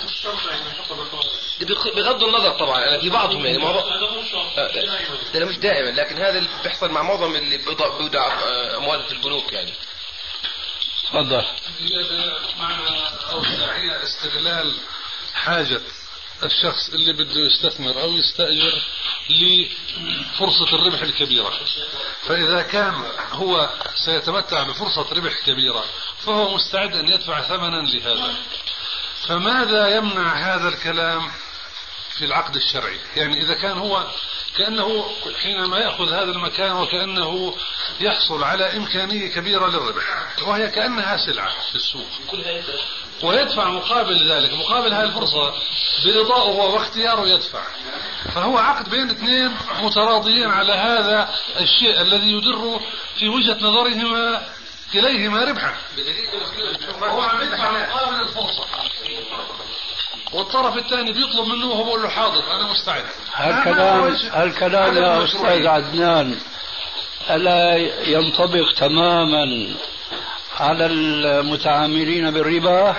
بغض النظر طبعا أنا في بعضهم يعني معظم ده مش دائما، لكن هذا اللي بيحصل مع معظم اللي بيودع أموال في البنوك يعني. تفضل. معنى أوسع هي استغلال حاجة الشخص اللي بده يستثمر أو يستأجر لفرصة الربح الكبيرة، فإذا كان هو سيتمتع بفرصة ربح كبيرة فهو مستعد أن يدفع ثمنا لهذا. فماذا يمنع هذا الكلام في العقد الشرعي؟ يعني إذا كان هو كأنه حينما يأخذ هذا المكان وكأنه يحصل على إمكانية كبيرة للربح وهي كأنها سلعة في السوق، ويدفع مقابل ذلك مقابل هذه الفرصة برضاه واختياره يدفع، فهو عقد بين اثنين متراضيين على هذا الشيء الذي يدر في وجهة نظرهما كليهما ربحا، وهو عم يدفع مقابل الفرصة والطرف الثاني بيطلب منه وهو بيقول له حاضر أنا مستعد. هالكلام هالكلام يا أستاذ عدنان ألا ينطبق تماما على المتعاملين بالربا؟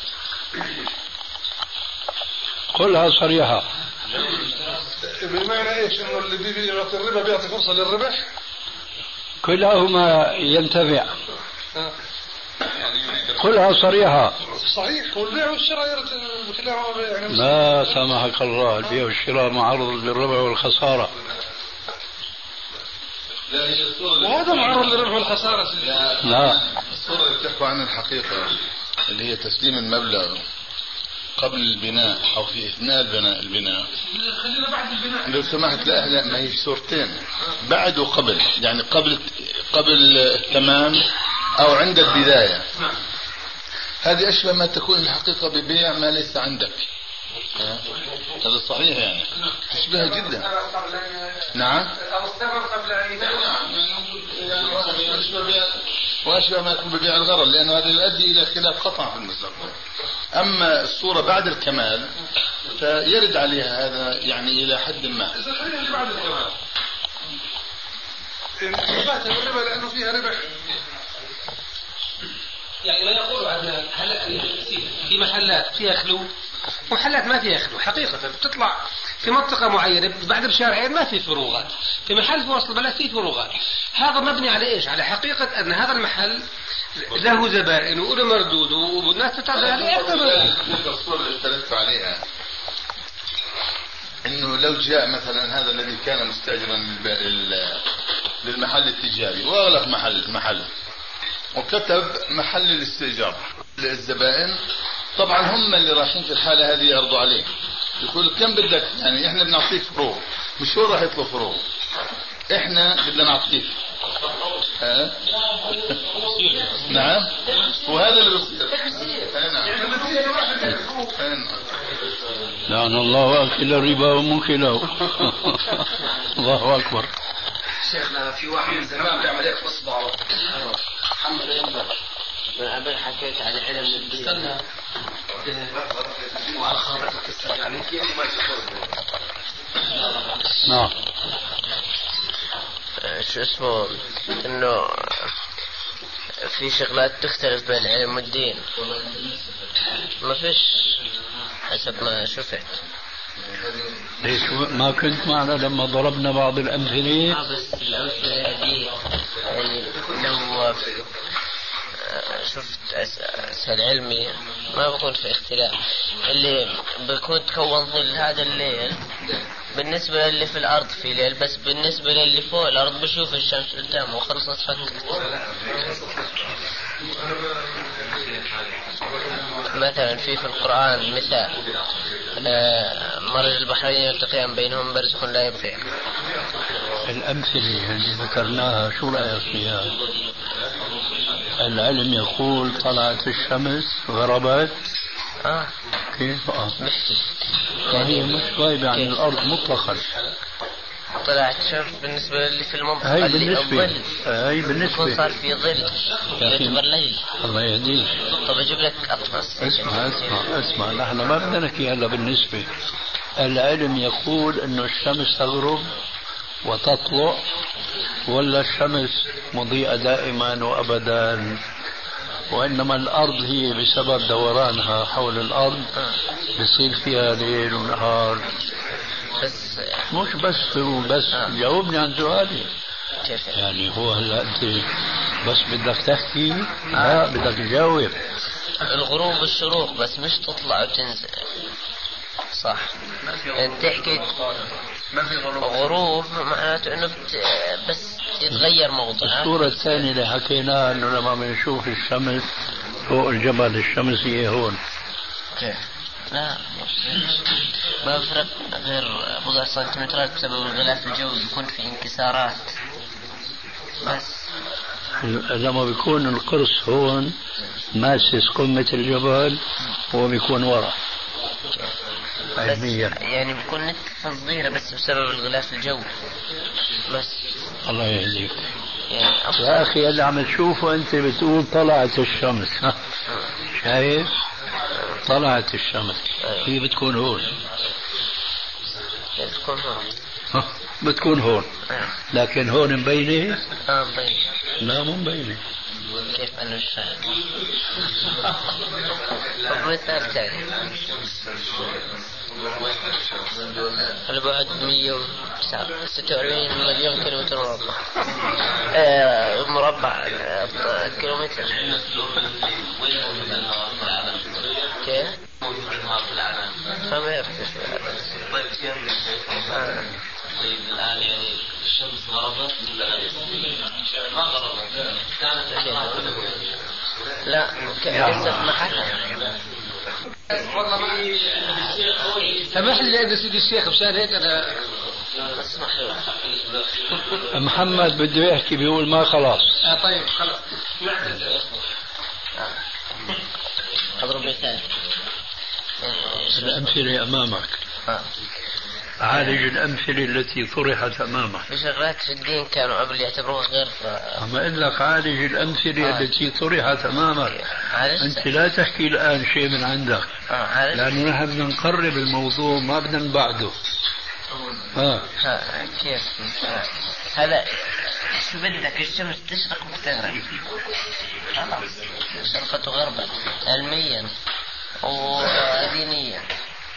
قلها صريحة. بمعنى ايش؟ انه اللي بيعطي الربا بيعطي فرصة للربح؟ كلاهما ينتفع. قلها صريحة. صحيح، والبيع والشراء يعني لا سامحك الله، البيع والشراء معرض للربح والخسارة. لا هي الصورة وهذا معرض للربح والخسارة. لا الصورة اللي بتحكوا عن الحقيقة اللي هي تسليم المبلغ قبل البناء أو في أثناء البناء البناء خلينا بعد البناء لو سمحت. لا لا ما هي صورتين، بعد وقبل، يعني قبل قبل التمام أو عند البداية. هذه أشبه ما تكون الحقيقة ببيع ما ليس عندك. هذا صحيح يعني تشبه جدا. نعم وأشبه ما يكون ببيع الغرر، لأن هذا يؤدي إلى خلاف قطع في المستقبل. أما الصورة بعد الكمال فيرد عليها هذا يعني إلى حد ما. خلينا بعد الكمال إثبات الربا لأنه فيها ربح. يعني ما يقول عدنان هلا في محلات فيها خلو ومحلات ما فيها خلو، حقيقة بتطلع في منطقة معينة بعد بشارعين ما في فروغات، في محل في وسط البلد في فروغات. هذا مبني على ايش؟ على حقيقة ان هذا المحل له زبائن وله مردود والناس تتعب عليه اكثر من الصورة اللي اختلفت عليها. انه لو جاء مثلا هذا الذي كان مستاجرا للمحل التجاري واغلق محل محل وكتب محل الاستئجار للزبائن، طبعا هم اللي رايحين في الحالة هذه يعرضوا عليه، يقول كم بدك، يعني احنا بنعطيك فروغ، مش هو راح يطلب فروغ، احنا بدنا نعطيك. ها نعم وهذا اللي بيصير. نعم لعن الله أكل الربا وموكله. الله أكبر. شيخنا في واحد من زمان بيعمل هيك بصبعه محمد ينبغ من قبل حكيت على علم الدين. استنى وعلى خاطرك استنى كيف ما نعم شو اسمه انه في شغلات تختلف بين العلم والدين، ما فيش حسب ما شفت. ليش ما كنت معنا لما ضربنا بعض الأمثلة؟ اه بس الأمثلة هذه يعني لو شفت أسهل علمي ما بكون في اختلاف، اللي بكون تكون ظل هذا الليل بالنسبة للي في الأرض في ليل، بس بالنسبة للي فوق الأرض بشوف الشمس قدامه وخلصت فكت. مثلا في في القرآن مثال مرج البحرين يلتقيان بينهم برزخ لا يبغيان. الأمثلة اللي ذكرناها شو رأيك فيها؟ العلم يقول طلعت الشمس غربت. آه كيف؟ آه فهي مش غايبة عن الأرض مطلقا. طلعت شمس بالنسبة للي في المنطقة هاي اللي بالنسبة الظل هاي بالنسبة صار في ظل يعتبر ليل. الله يهديك. طب أجيب لك أطفس. اسمع اسمع اسمع نحن ما بدنا نحكي هلا بالنسبة. العلم يقول إنه الشمس تغرب وتطلع ولا الشمس مضيئة دائما وأبدا، وإنما الأرض هي بسبب دورانها حول الأرض بصير فيها ليل ونهار. بس مش بس بس جاوبني عن سؤالي. يعني هو هلا أنت بس بدك تحكي؟ لا بدك تجاوب. الغروب والشروق بس مش تطلع وتنزل صح؟ انت تحكي غروب معناته انه بس يتغير موضوع. الصورة الثانية اللي حكيناها انه لما بنشوف الشمس فوق الجبل الشمس هي هون. كيف؟ لا ما بفرق غير بضع سنتيمترات بسبب الغلاف الجوي بيكون في انكسارات بس. لما بيكون القرص هون ماسس قمة الجبل هو بيكون وراء علميا، يعني بيكون نتفة صغيرة بس بسبب الغلاف الجوي بس. الله يهديك يعني يا أخي اللي عم تشوفه أنت بتقول طلعت الشمس. شايف طلعت الشمس هي بتكون هون. بتكون هون بتكون هون لكن هون مبينة. اه مبينة. لا مو مبينة. كيف أنا مش فاهم. طب مثال ثاني البعد مية وستة وأربعين مليون كيلومتر مربع. آه مربع آه كيلومتر. كيف؟ ما يعرف. طيب الآن يعني الشمس غربت ولا ما غربت؟ كانت لا لسه محلها. سمح لي يا سيدي الشيخ مشان هيك انا اسمح محمد بده يحكي بيقول ما خلاص. آه طيب خلاص. اضرب مثال. الأمثلة أمامك. آه. عالج الأمثلة التي طرحت أمامك. في شغلات في الدين كانوا قبل يعتبروها غير. أما أقول لك عالج الأمثلة آه. التي طرحت أمامك. عالج. أنت لا تحكي الآن شيء من عندك. آه. لأنه نحن بدنا نقرب الموضوع ما بدنا نبعده. ها. ها كيف؟ هذا شو بدك الشمس تشرق وتغرب. خلاص شرقت وغربت علميا ودينيا.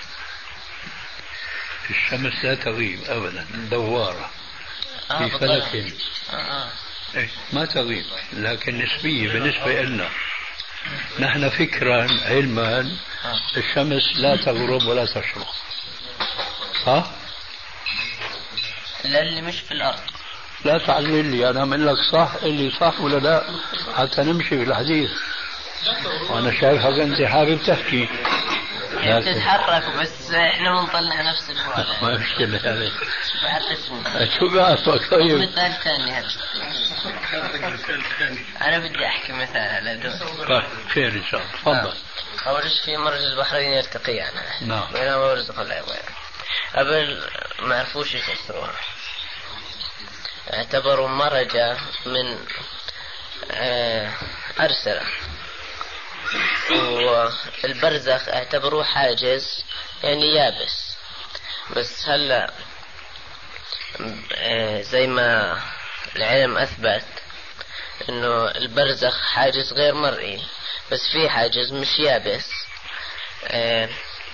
الشمس لا تغيب أبدا دوارة آه في فلك. آه آه. إيه ما تغيب لكن نسبية بالنسبة لنا. نحن فكرا علما آه. الشمس لا تغرب ولا تشرق. صح؟ لا اللي مش في الأرض. لا تعلل لي أنا أقول لك صح اللي صح ولا لا حتى نمشي في الحديث. وأنا شايفك أنت حابب تحكي. تتحرك بس احنا بنطلع نفس الوضع. ما مشكلة هذه. بعرفني. شو بعرفك طيب؟ مثال ثاني هذا. أنا بدي أحكي مثال على دول. طيب خير إن شاء الله تفضل. أول شيء في مرج البحرين يلتقيان. نعم. بينما مرزق الله يبغى. قبل ما عرفوش يفسروها. اعتبروا مرجة من أرسلة. والبرزخ اعتبروه حاجز يعني يابس. بس هلا زي ما العلم أثبت إنه البرزخ حاجز غير مرئي بس في حاجز مش يابس. آه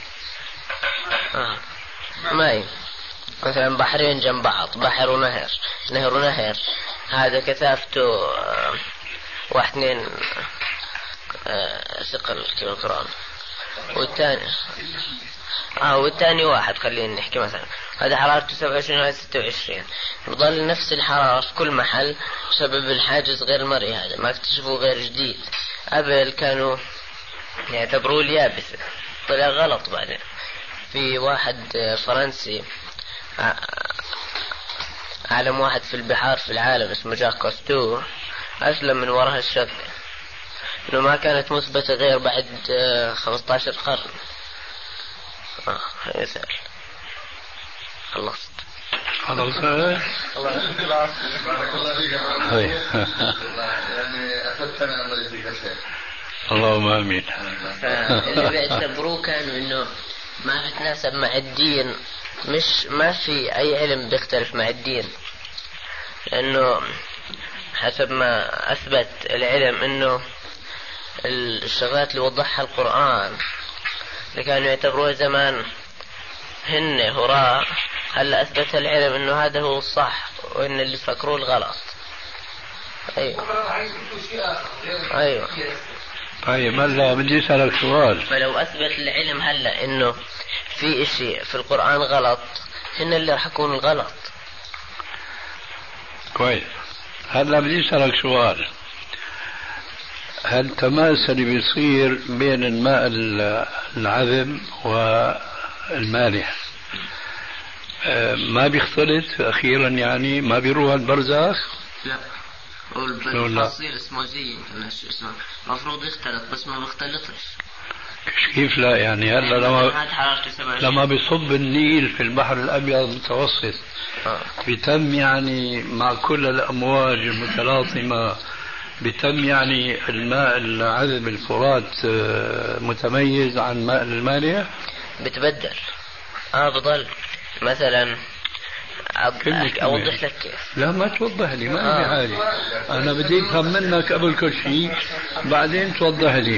آه ماي مثلا بحرين جنب بعض بحر ونهر نهر ونهر هذا كثافته آه واحد اثنين آه ثقل كما القرآن والثاني اه والثاني واحد خلينا نحكي مثلا هذا حرارته سبعة وعشرين وهذا ستة وعشرين بضل نفس الحرارة في كل محل بسبب الحاجز غير المرئي. هذا ما اكتشفوه غير جديد. قبل كانوا يعتبروه اليابسة طلع غلط. بعدين في واحد فرنسي أعلم واحد في البحار في العالم اسمه جاك كوستو أسلم من وراء الشك إنه ما كانت مثبتة غير بعد خمسة عشر قرن. آه يسأل خلصت خلاص. اللهم آمين. اللي بيعتبروه كانوا إنه ما بتناسب مع الدين. مش ما في أي علم بيختلف مع الدين لأنه حسب ما أثبت العلم إنه الشغلات اللي وضحها القرآن اللي كانوا يعتبروها زمان هن هراء هلا أثبت العلم إنه هذا هو الصح وإن اللي فكروه الغلط. أيوة أيوة. طيب هلا بدي أسألك سؤال. فلو أثبت العلم هلا إنه في إشي في القرآن غلط هن اللي راح يكون الغلط. كويس. هلا بدي أسألك سؤال. هل التماس اللي بيصير بين الماء العذب والمالح ما بيختلط أخيرا يعني ما بيروح البرزخ؟ لا. والفصيل اسمه زي اسمه المفروض يختلط بس ما بيختلطش. كيف لا يعني هلا لما لما بيصب النيل في البحر الأبيض المتوسط بيتم يعني مع كل الأمواج المتلاطمة بيتم يعني الماء العذب الفرات متميز عن ماء المالح؟ بتبدل. اه بضل مثلا أوضح لك كيف. لا ما توضح لي ما عندي حاجة. أنا بدي أفهم منك قبل كل شيء بعدين توضح لي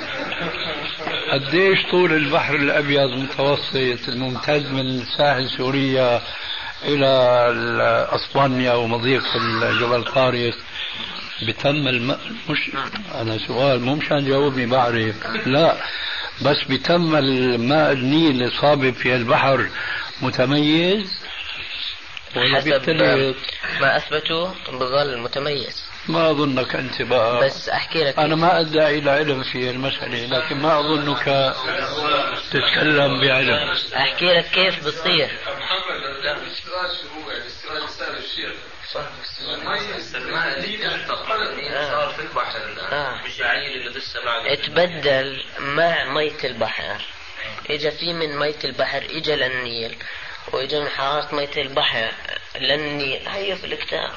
قديش طول البحر الأبيض المتوسط الممتد من ساحل سوريا إلى أسبانيا ومضيق جبل طارق بتم الماء. مش أنا سؤال مو مشان جاوبني بعرف لا بس بتم الماء النيل اللي صابب في البحر متميز حسب ما أثبتوا بظل متميز. ما أظنك أنت بقى، بس أحكي لك أنا ما أدعي إلى علم في المسألة، لكن ما أظنك تتكلم بعلم. أحكي لك كيف بتصير. محمد الاستراج هو الاستراج سال الشيخ صار في البحر مش عيل اللي لسه معنا اتبدل مع مية البحر، اجى في من مية البحر اجى للنيل، واجى من حرارة مية البحر للنيل. هي في الكتاب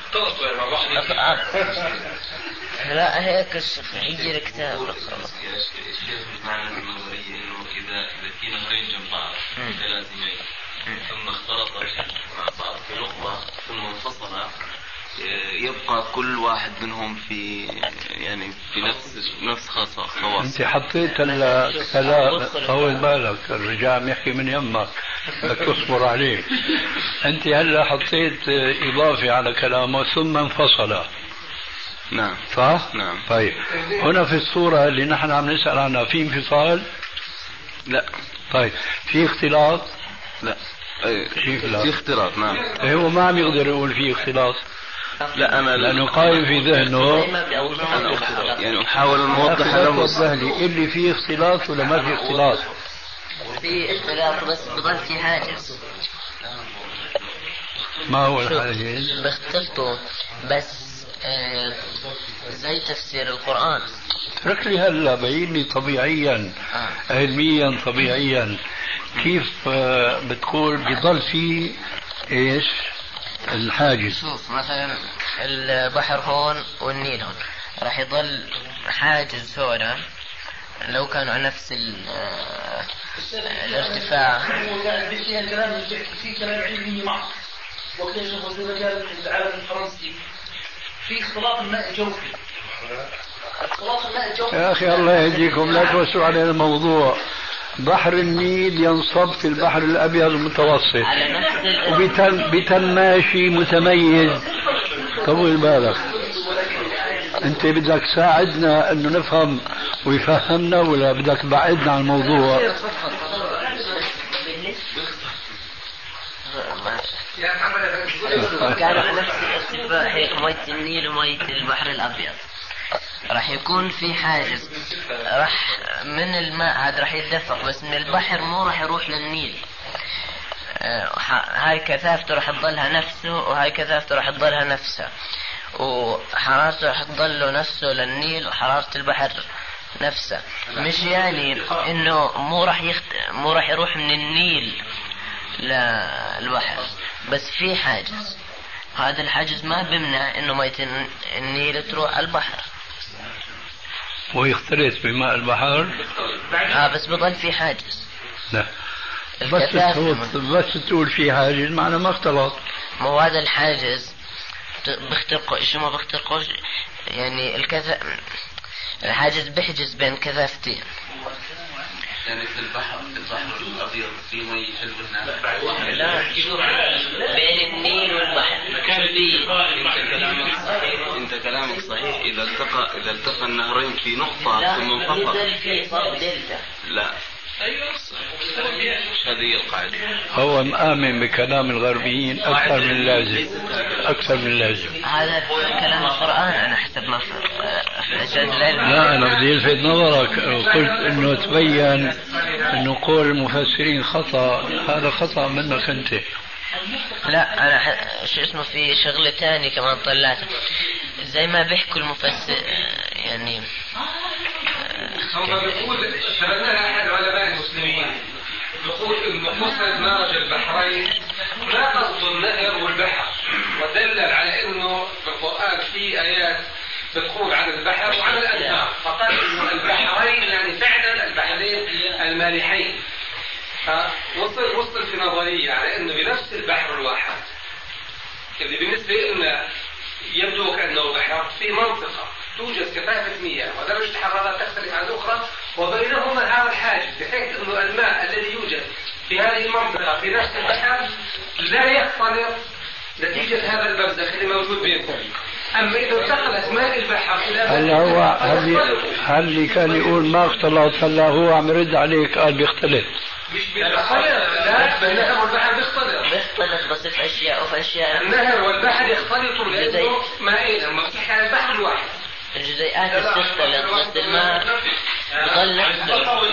لا هيك هي الكتاب معنى النظرية انه اذا اذا في نهرين جنب بعض متلازمين ثم اختلطا مع بعض في نقطة ثم انفصلا، يبقى كل واحد منهم في يعني في نفس نفس خاصة خواص. انت حطيت الكلام طول بالك، الرجال يحكي من يمك بدك تصبر عليه. انت هلا حطيت اضافة على كلامه ثم انفصل. نعم صح؟ نعم. طيب هنا في الصورة اللي نحن عم نسأل عنها في انفصال؟ لا. طيب في اختلاط؟ لا. في اختلاط. في اختلاط نعم. هو ما عم يقدر يقول في اختلاط. لا أنا لأنه قايم في ذهنه أنا يعني أحاول أن أوضح له اللي فيه اختلاط ولا ما في اختلاط. في اختلاط بس بضل في حاجز. ما هو الحاجز؟ بيختلطوا بس آه زي تفسير القرآن. اترك لي هلا بين لي طبيعيا آه. علميا طبيعيا كيف آه بتقول بضل في ايش الحاجز؟ شوف مثلا البحر هون والنيل هون راح يضل حاجز هنا لو كانوا على نفس الارتفاع. في كلام علمي معه واكتشفوا زي ما قال العالم الفرنسي في اختلاط الماء الجوفي. اختلاط الماء الجوفي يا أخي الله يهديكم لا توسعوا علينا الموضوع. بحر النيل ينصب في البحر الأبيض المتوسط وبتنماشي متميز. طول بالك أنت بدك تساعدنا أنه نفهم ويفهمنا ولا بدك بعدنا عن الموضوع؟ كانوا على نفس الارتفاع هيك مية النيل ومية البحر الأبيض راح يكون في حاجز، راح من الماء هذا راح يتدفق بس من البحر مو راح يروح للنيل. هاي كثافته راح تضلها نفسه وهاي كثافته راح تضلها نفسها، وحرارته راح تضله نفسه للنيل وحرارة البحر نفسها. مش يعني انه مو راح يخت... مو راح يروح من النيل للبحر بس في حاجز. هذا الحاجز ما بمنع انه مية النيل تروح على البحر ويختلط بماء البحر. اه بس بضل في حاجز. لا بس تقول بس تقول في حاجز معنى ما اختلط. مو هذا الحاجز بيخترقوا شو ما بيخترقوش يعني الكذا الحاجز بيحجز بين كثافتين. يعني في البحر في البحر الأبيض في مي حلو هناك. لا بين النيل والبحر مكان انت كلامك صحيح اذا التقى اذا التقى النهرين في نقطة ثم انفصل. لا في صار دلتا. لا هذه القاعدة. هو مآمن بكلام الغربيين أكثر من اللازم أكثر من اللازم. هذا كلام القرآن أنا حسب ما لا أنا بدي ألفت نظرك قلت إنه تبين إنه قول المفسرين خطأ. هذا خطأ منك أنت. لا أنا ح... شو اسمه في شغلة تاني كمان طلعتها زي ما بيحكوا المفسر يعني هم بيقول سألنا أحد علماء المسلمين يقول إن مفرد مرج البحرين ما قصد النهر والبحر، ودلل على إنه في القرآن في آيات بتقول عن البحر وعن الأنهار، فقال إنه البحرين يعني فعلا البحرين المالحين. فوصل وصل في نظرية على إنه بنفس البحر الواحد اللي بالنسبة لنا يبدو كأنه بحر في منطقة توجد كثافة مياه ودرجة حرارة تختلف عن الأخرى وبينهما هذا الحاجز، بحيث أن الماء الذي يوجد في هذه المنطقة في نفس البحر لا يختلط نتيجة هذا البرزخ اللي موجود بينهم. أما إذا انتقلت ماء البحر إلى هلا هو هل هل كان يقول ما اختلط هلا هو عم يرد عليك قال بيختلط. مش بيختلف. لا النهر والبحر بيختلف. بيختلف بس في اشياء وفي اشياء. النهر والبحر يختلطوا لانه مائين، لما بتحكي عن البحر الواحد الجزيئات بتختلط بس الماء بضل نفسه.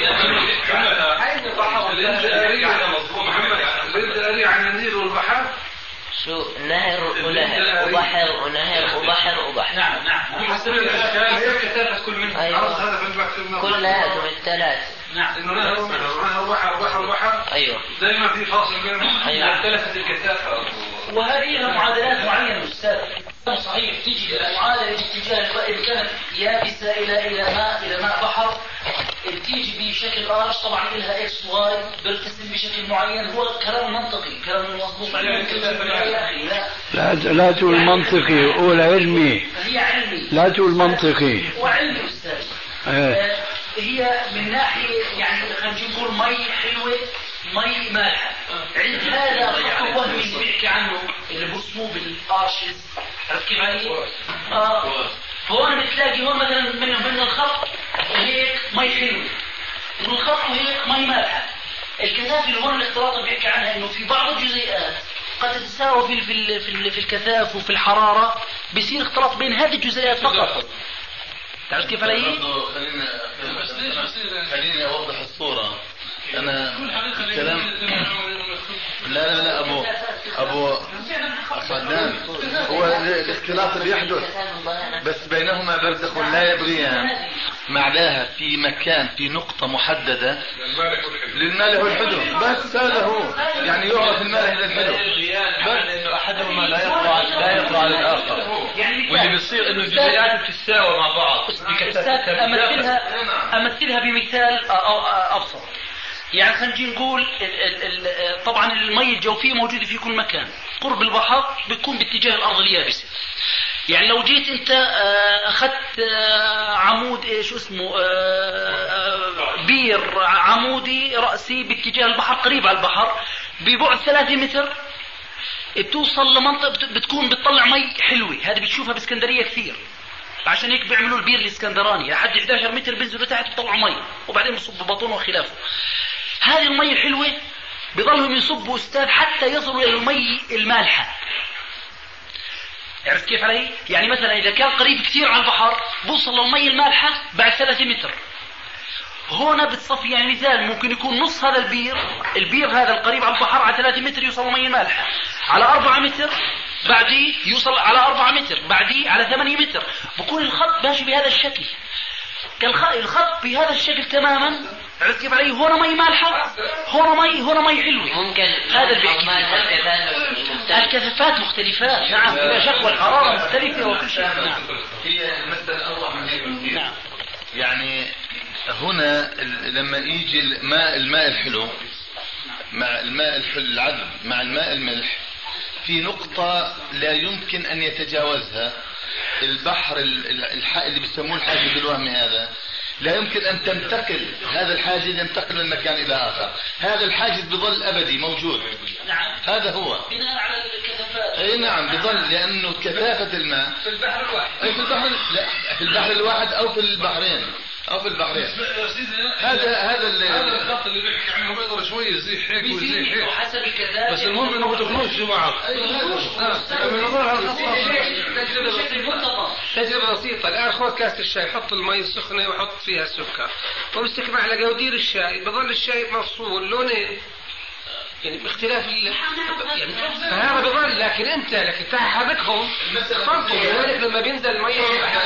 الدائرية عن النيل والبحر شو نهر ونهر وبحر ونهر وبحر وبحر. نعم نعم. حسب الاشكال كثافة كل منهم. أيوة. كلها من الثلاث. نعم. إنه نهر ونهر ونهر وبحر وبحر وبحر. أيوه. دائما في فاصل بينهم. أيوه. اختلفت الكثافة. وهذه لها معادلات معينة أستاذ. صحيح تجي المعادلة اتجاه إذا كانت يابسة إلى إلى ماء إلى ماء بحر تيجي بشكل آرش طبعا لها إكس واي بيرتسم بشكل معين. هو كلام منطقي كلام مضبوط. لا لا تقول منطقي قول علمي. هي علمي. لا تقول منطقي. وعلمي أستاذ. آه. هي من ناحية يعني خلينا نقول مي حلوة مي مالحة. عند هذا الخط الوهمي اللي بيحكي عنه اللي برسموه بالارشز عرفت كيف علي؟ اه هون بتلاقي هون مثلا من من الخط هيك مي حلوة من الخط وهيك مي مالحة. الكثافة اللي هون الاختلاط اللي بيحكي عنها انه في بعض الجزيئات قد تتساوى في في في, في الكثافة وفي الحرارة بيصير اختلاط بين هذه الجزيئات فقط. تعرف كيف علي؟ خليني خليني اوضح الصورة. انا الكلام لا لا لا ابو ابو صدام هو الاختلاط اللي يحدث بس بينهما برزخ لا يبغيان معناها في مكان في نقطة محددة للمالح والحلو بس هذا هو يعني يعرف المالح للحلو بس انه احدهما لا يقع لا يقع على الاخر واللي بيصير انه الجزيئات بتتساوى مع بعض. امثلها امثلها بمثال ابسط. يعني خلينا نقول ال ال طبعا المي الجوفية موجودة في كل مكان. قرب البحر بتكون باتجاه الأرض اليابسة. يعني لو جيت أنت أخذت عمود إيش اسمه بير عمودي رأسي باتجاه البحر قريب على البحر ببعد ثلاثة متر بتوصل لمنطقة بتكون بتطلع مي حلوة. هذه بتشوفها باسكندرية كثير. عشان هيك بيعملوا البير الاسكندراني لحد إحدى عشر متر بينزلوا تحت بيطلعوا مي وبعدين بيصبوا بطون وخلافه. هذه المي الحلوة بيضلهم يصبوا أستاذ حتى يصلوا إلى المي المالحة. عرفت كيف علي؟ يعني مثلا إذا كان قريب كثير على البحر بوصل للمي المالحة بعد ثلاثة متر. هنا بتصفي يعني مثال ممكن يكون نص هذا البير البير هذا القريب على البحر على ثلاثة متر يوصل المي المالحة على أربعة متر بعديه يوصل على أربعة متر بعديه على ثمانية متر. بكون الخط ماشي بهذا الشكل الخط بهذا الشكل تماما. عرفت كيف علي؟ هون مي مالحة هون مي هون مي حلوة. ممكن هذا اللي بيحكي الكثافات مختلفات. نعم بلا شك والحرارة مختلفة وكل شيء. نعم هي المسألة أوضح من هيك كثير. نعم. يعني هنا لما يجي الماء الماء الحلو مع الماء الحلو العذب مع الماء الملح في نقطة لا يمكن أن يتجاوزها البحر اللي بيسموه الحاجز الوهمي هذا لا يمكن أن تنتقل هذا الحاجز ينتقل من مكان إلى آخر. هذا الحاجز بظل أبدي موجود. نعم. هذا هو بناء على الكثافات. أي نعم بظل لأنه كثافة الماء في البحر الواحد أي في البحر لا في البحر الواحد أو في البحرين أو في البحرين. هذا هذا هذا الخط اللي بيحكي عنه بيقدر شوي يزيح هيك ويزيح هيك حسب الكثافة. بس المهم إنه بدخلوش جماعة. تجربة بسيطة. الآن خذ كاس الشاي حط المي السخنة وحط فيها السكر وامسك معلقة ودير الشاي بظل الشاي مفصول لونه يعني باختلاف ال يعني هذا بظل لكن انت لكن تحركهم خلطوا لذلك لما بينزل المي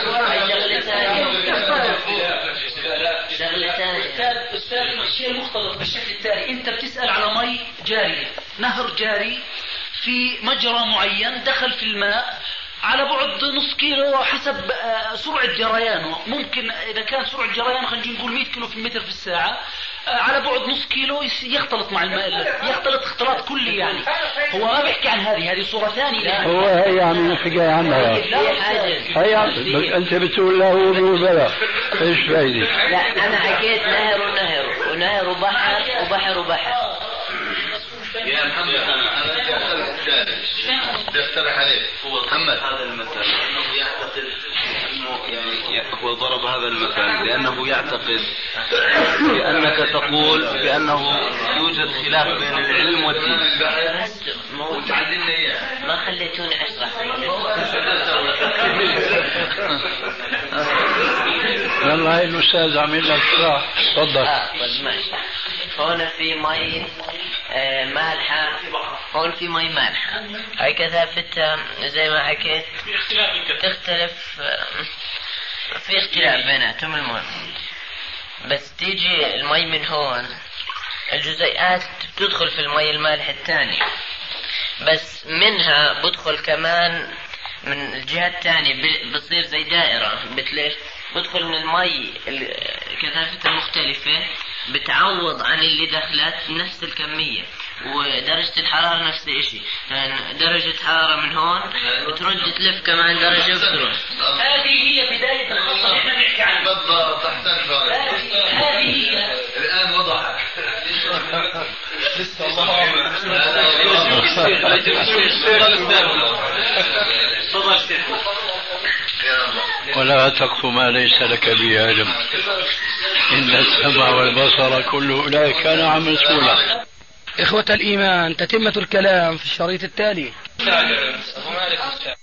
شغلة ثانية أستاذ الشيء المختلط بالشكل التالي. أنت بتسأل على مي جارية نهر جاري في مجرى معين دخل في الماء على بعد نص كيلو حسب سرعة جريانه. ممكن إذا كان سرعة جريانه خلينا نقول مئة كيلو في المتر في الساعة على بعد نص كيلو يختلط مع الماء يختلط اختلاط كلي. يعني هو ما بيحكي عن هذه هذه صورة ثانية. هو هي عم نحكي عنها هي أنت بتقول له بلا إيش فايدة؟ لا أنا حكيت نهر ونهر ونهر وبحر وبحر وبحر يا محمد انا بدي بدي اقترح عليك محمد هذا المثل انه يعتقد انه يعني هو ضرب هذا المثل لانه يعتقد بانك تقول بانه يوجد خلاف بين العلم والدين. ما خليتوني اشرح. والله الاستاذ عمل لك شرح. تفضل. اه ماشي. هون في مي آه مالحة، هون في مي مالحة، هاي كثافتها زي ما حكيت تختلف، آه في اختلاف بيناتهم. المهم بس تيجي المي من هون الجزيئات بتدخل في المي المالح الثاني، بس منها بدخل كمان من الجهة الثانية بتصير زي دائرة. بتلف بدخل من المي كثافتها مختلفة بتعوض عن اللي دخلت نفس الكمية، ودرجة الحرارة نفس الشيء. يعني درجة حرارة من هون بترد تلف كمان درجة وتروح. هذه هي بداية القصة اللي احنا بنحكي عنها. بالضبط احسنت. هذه هي الان وضحت. لسه الله اعلم. ولا تقف ما ليس لك به علم إن السمع والبصر كل أولئك كان عنه مسؤولا. إخوة الإيمان، تتمة الكلام في الشريط التالي.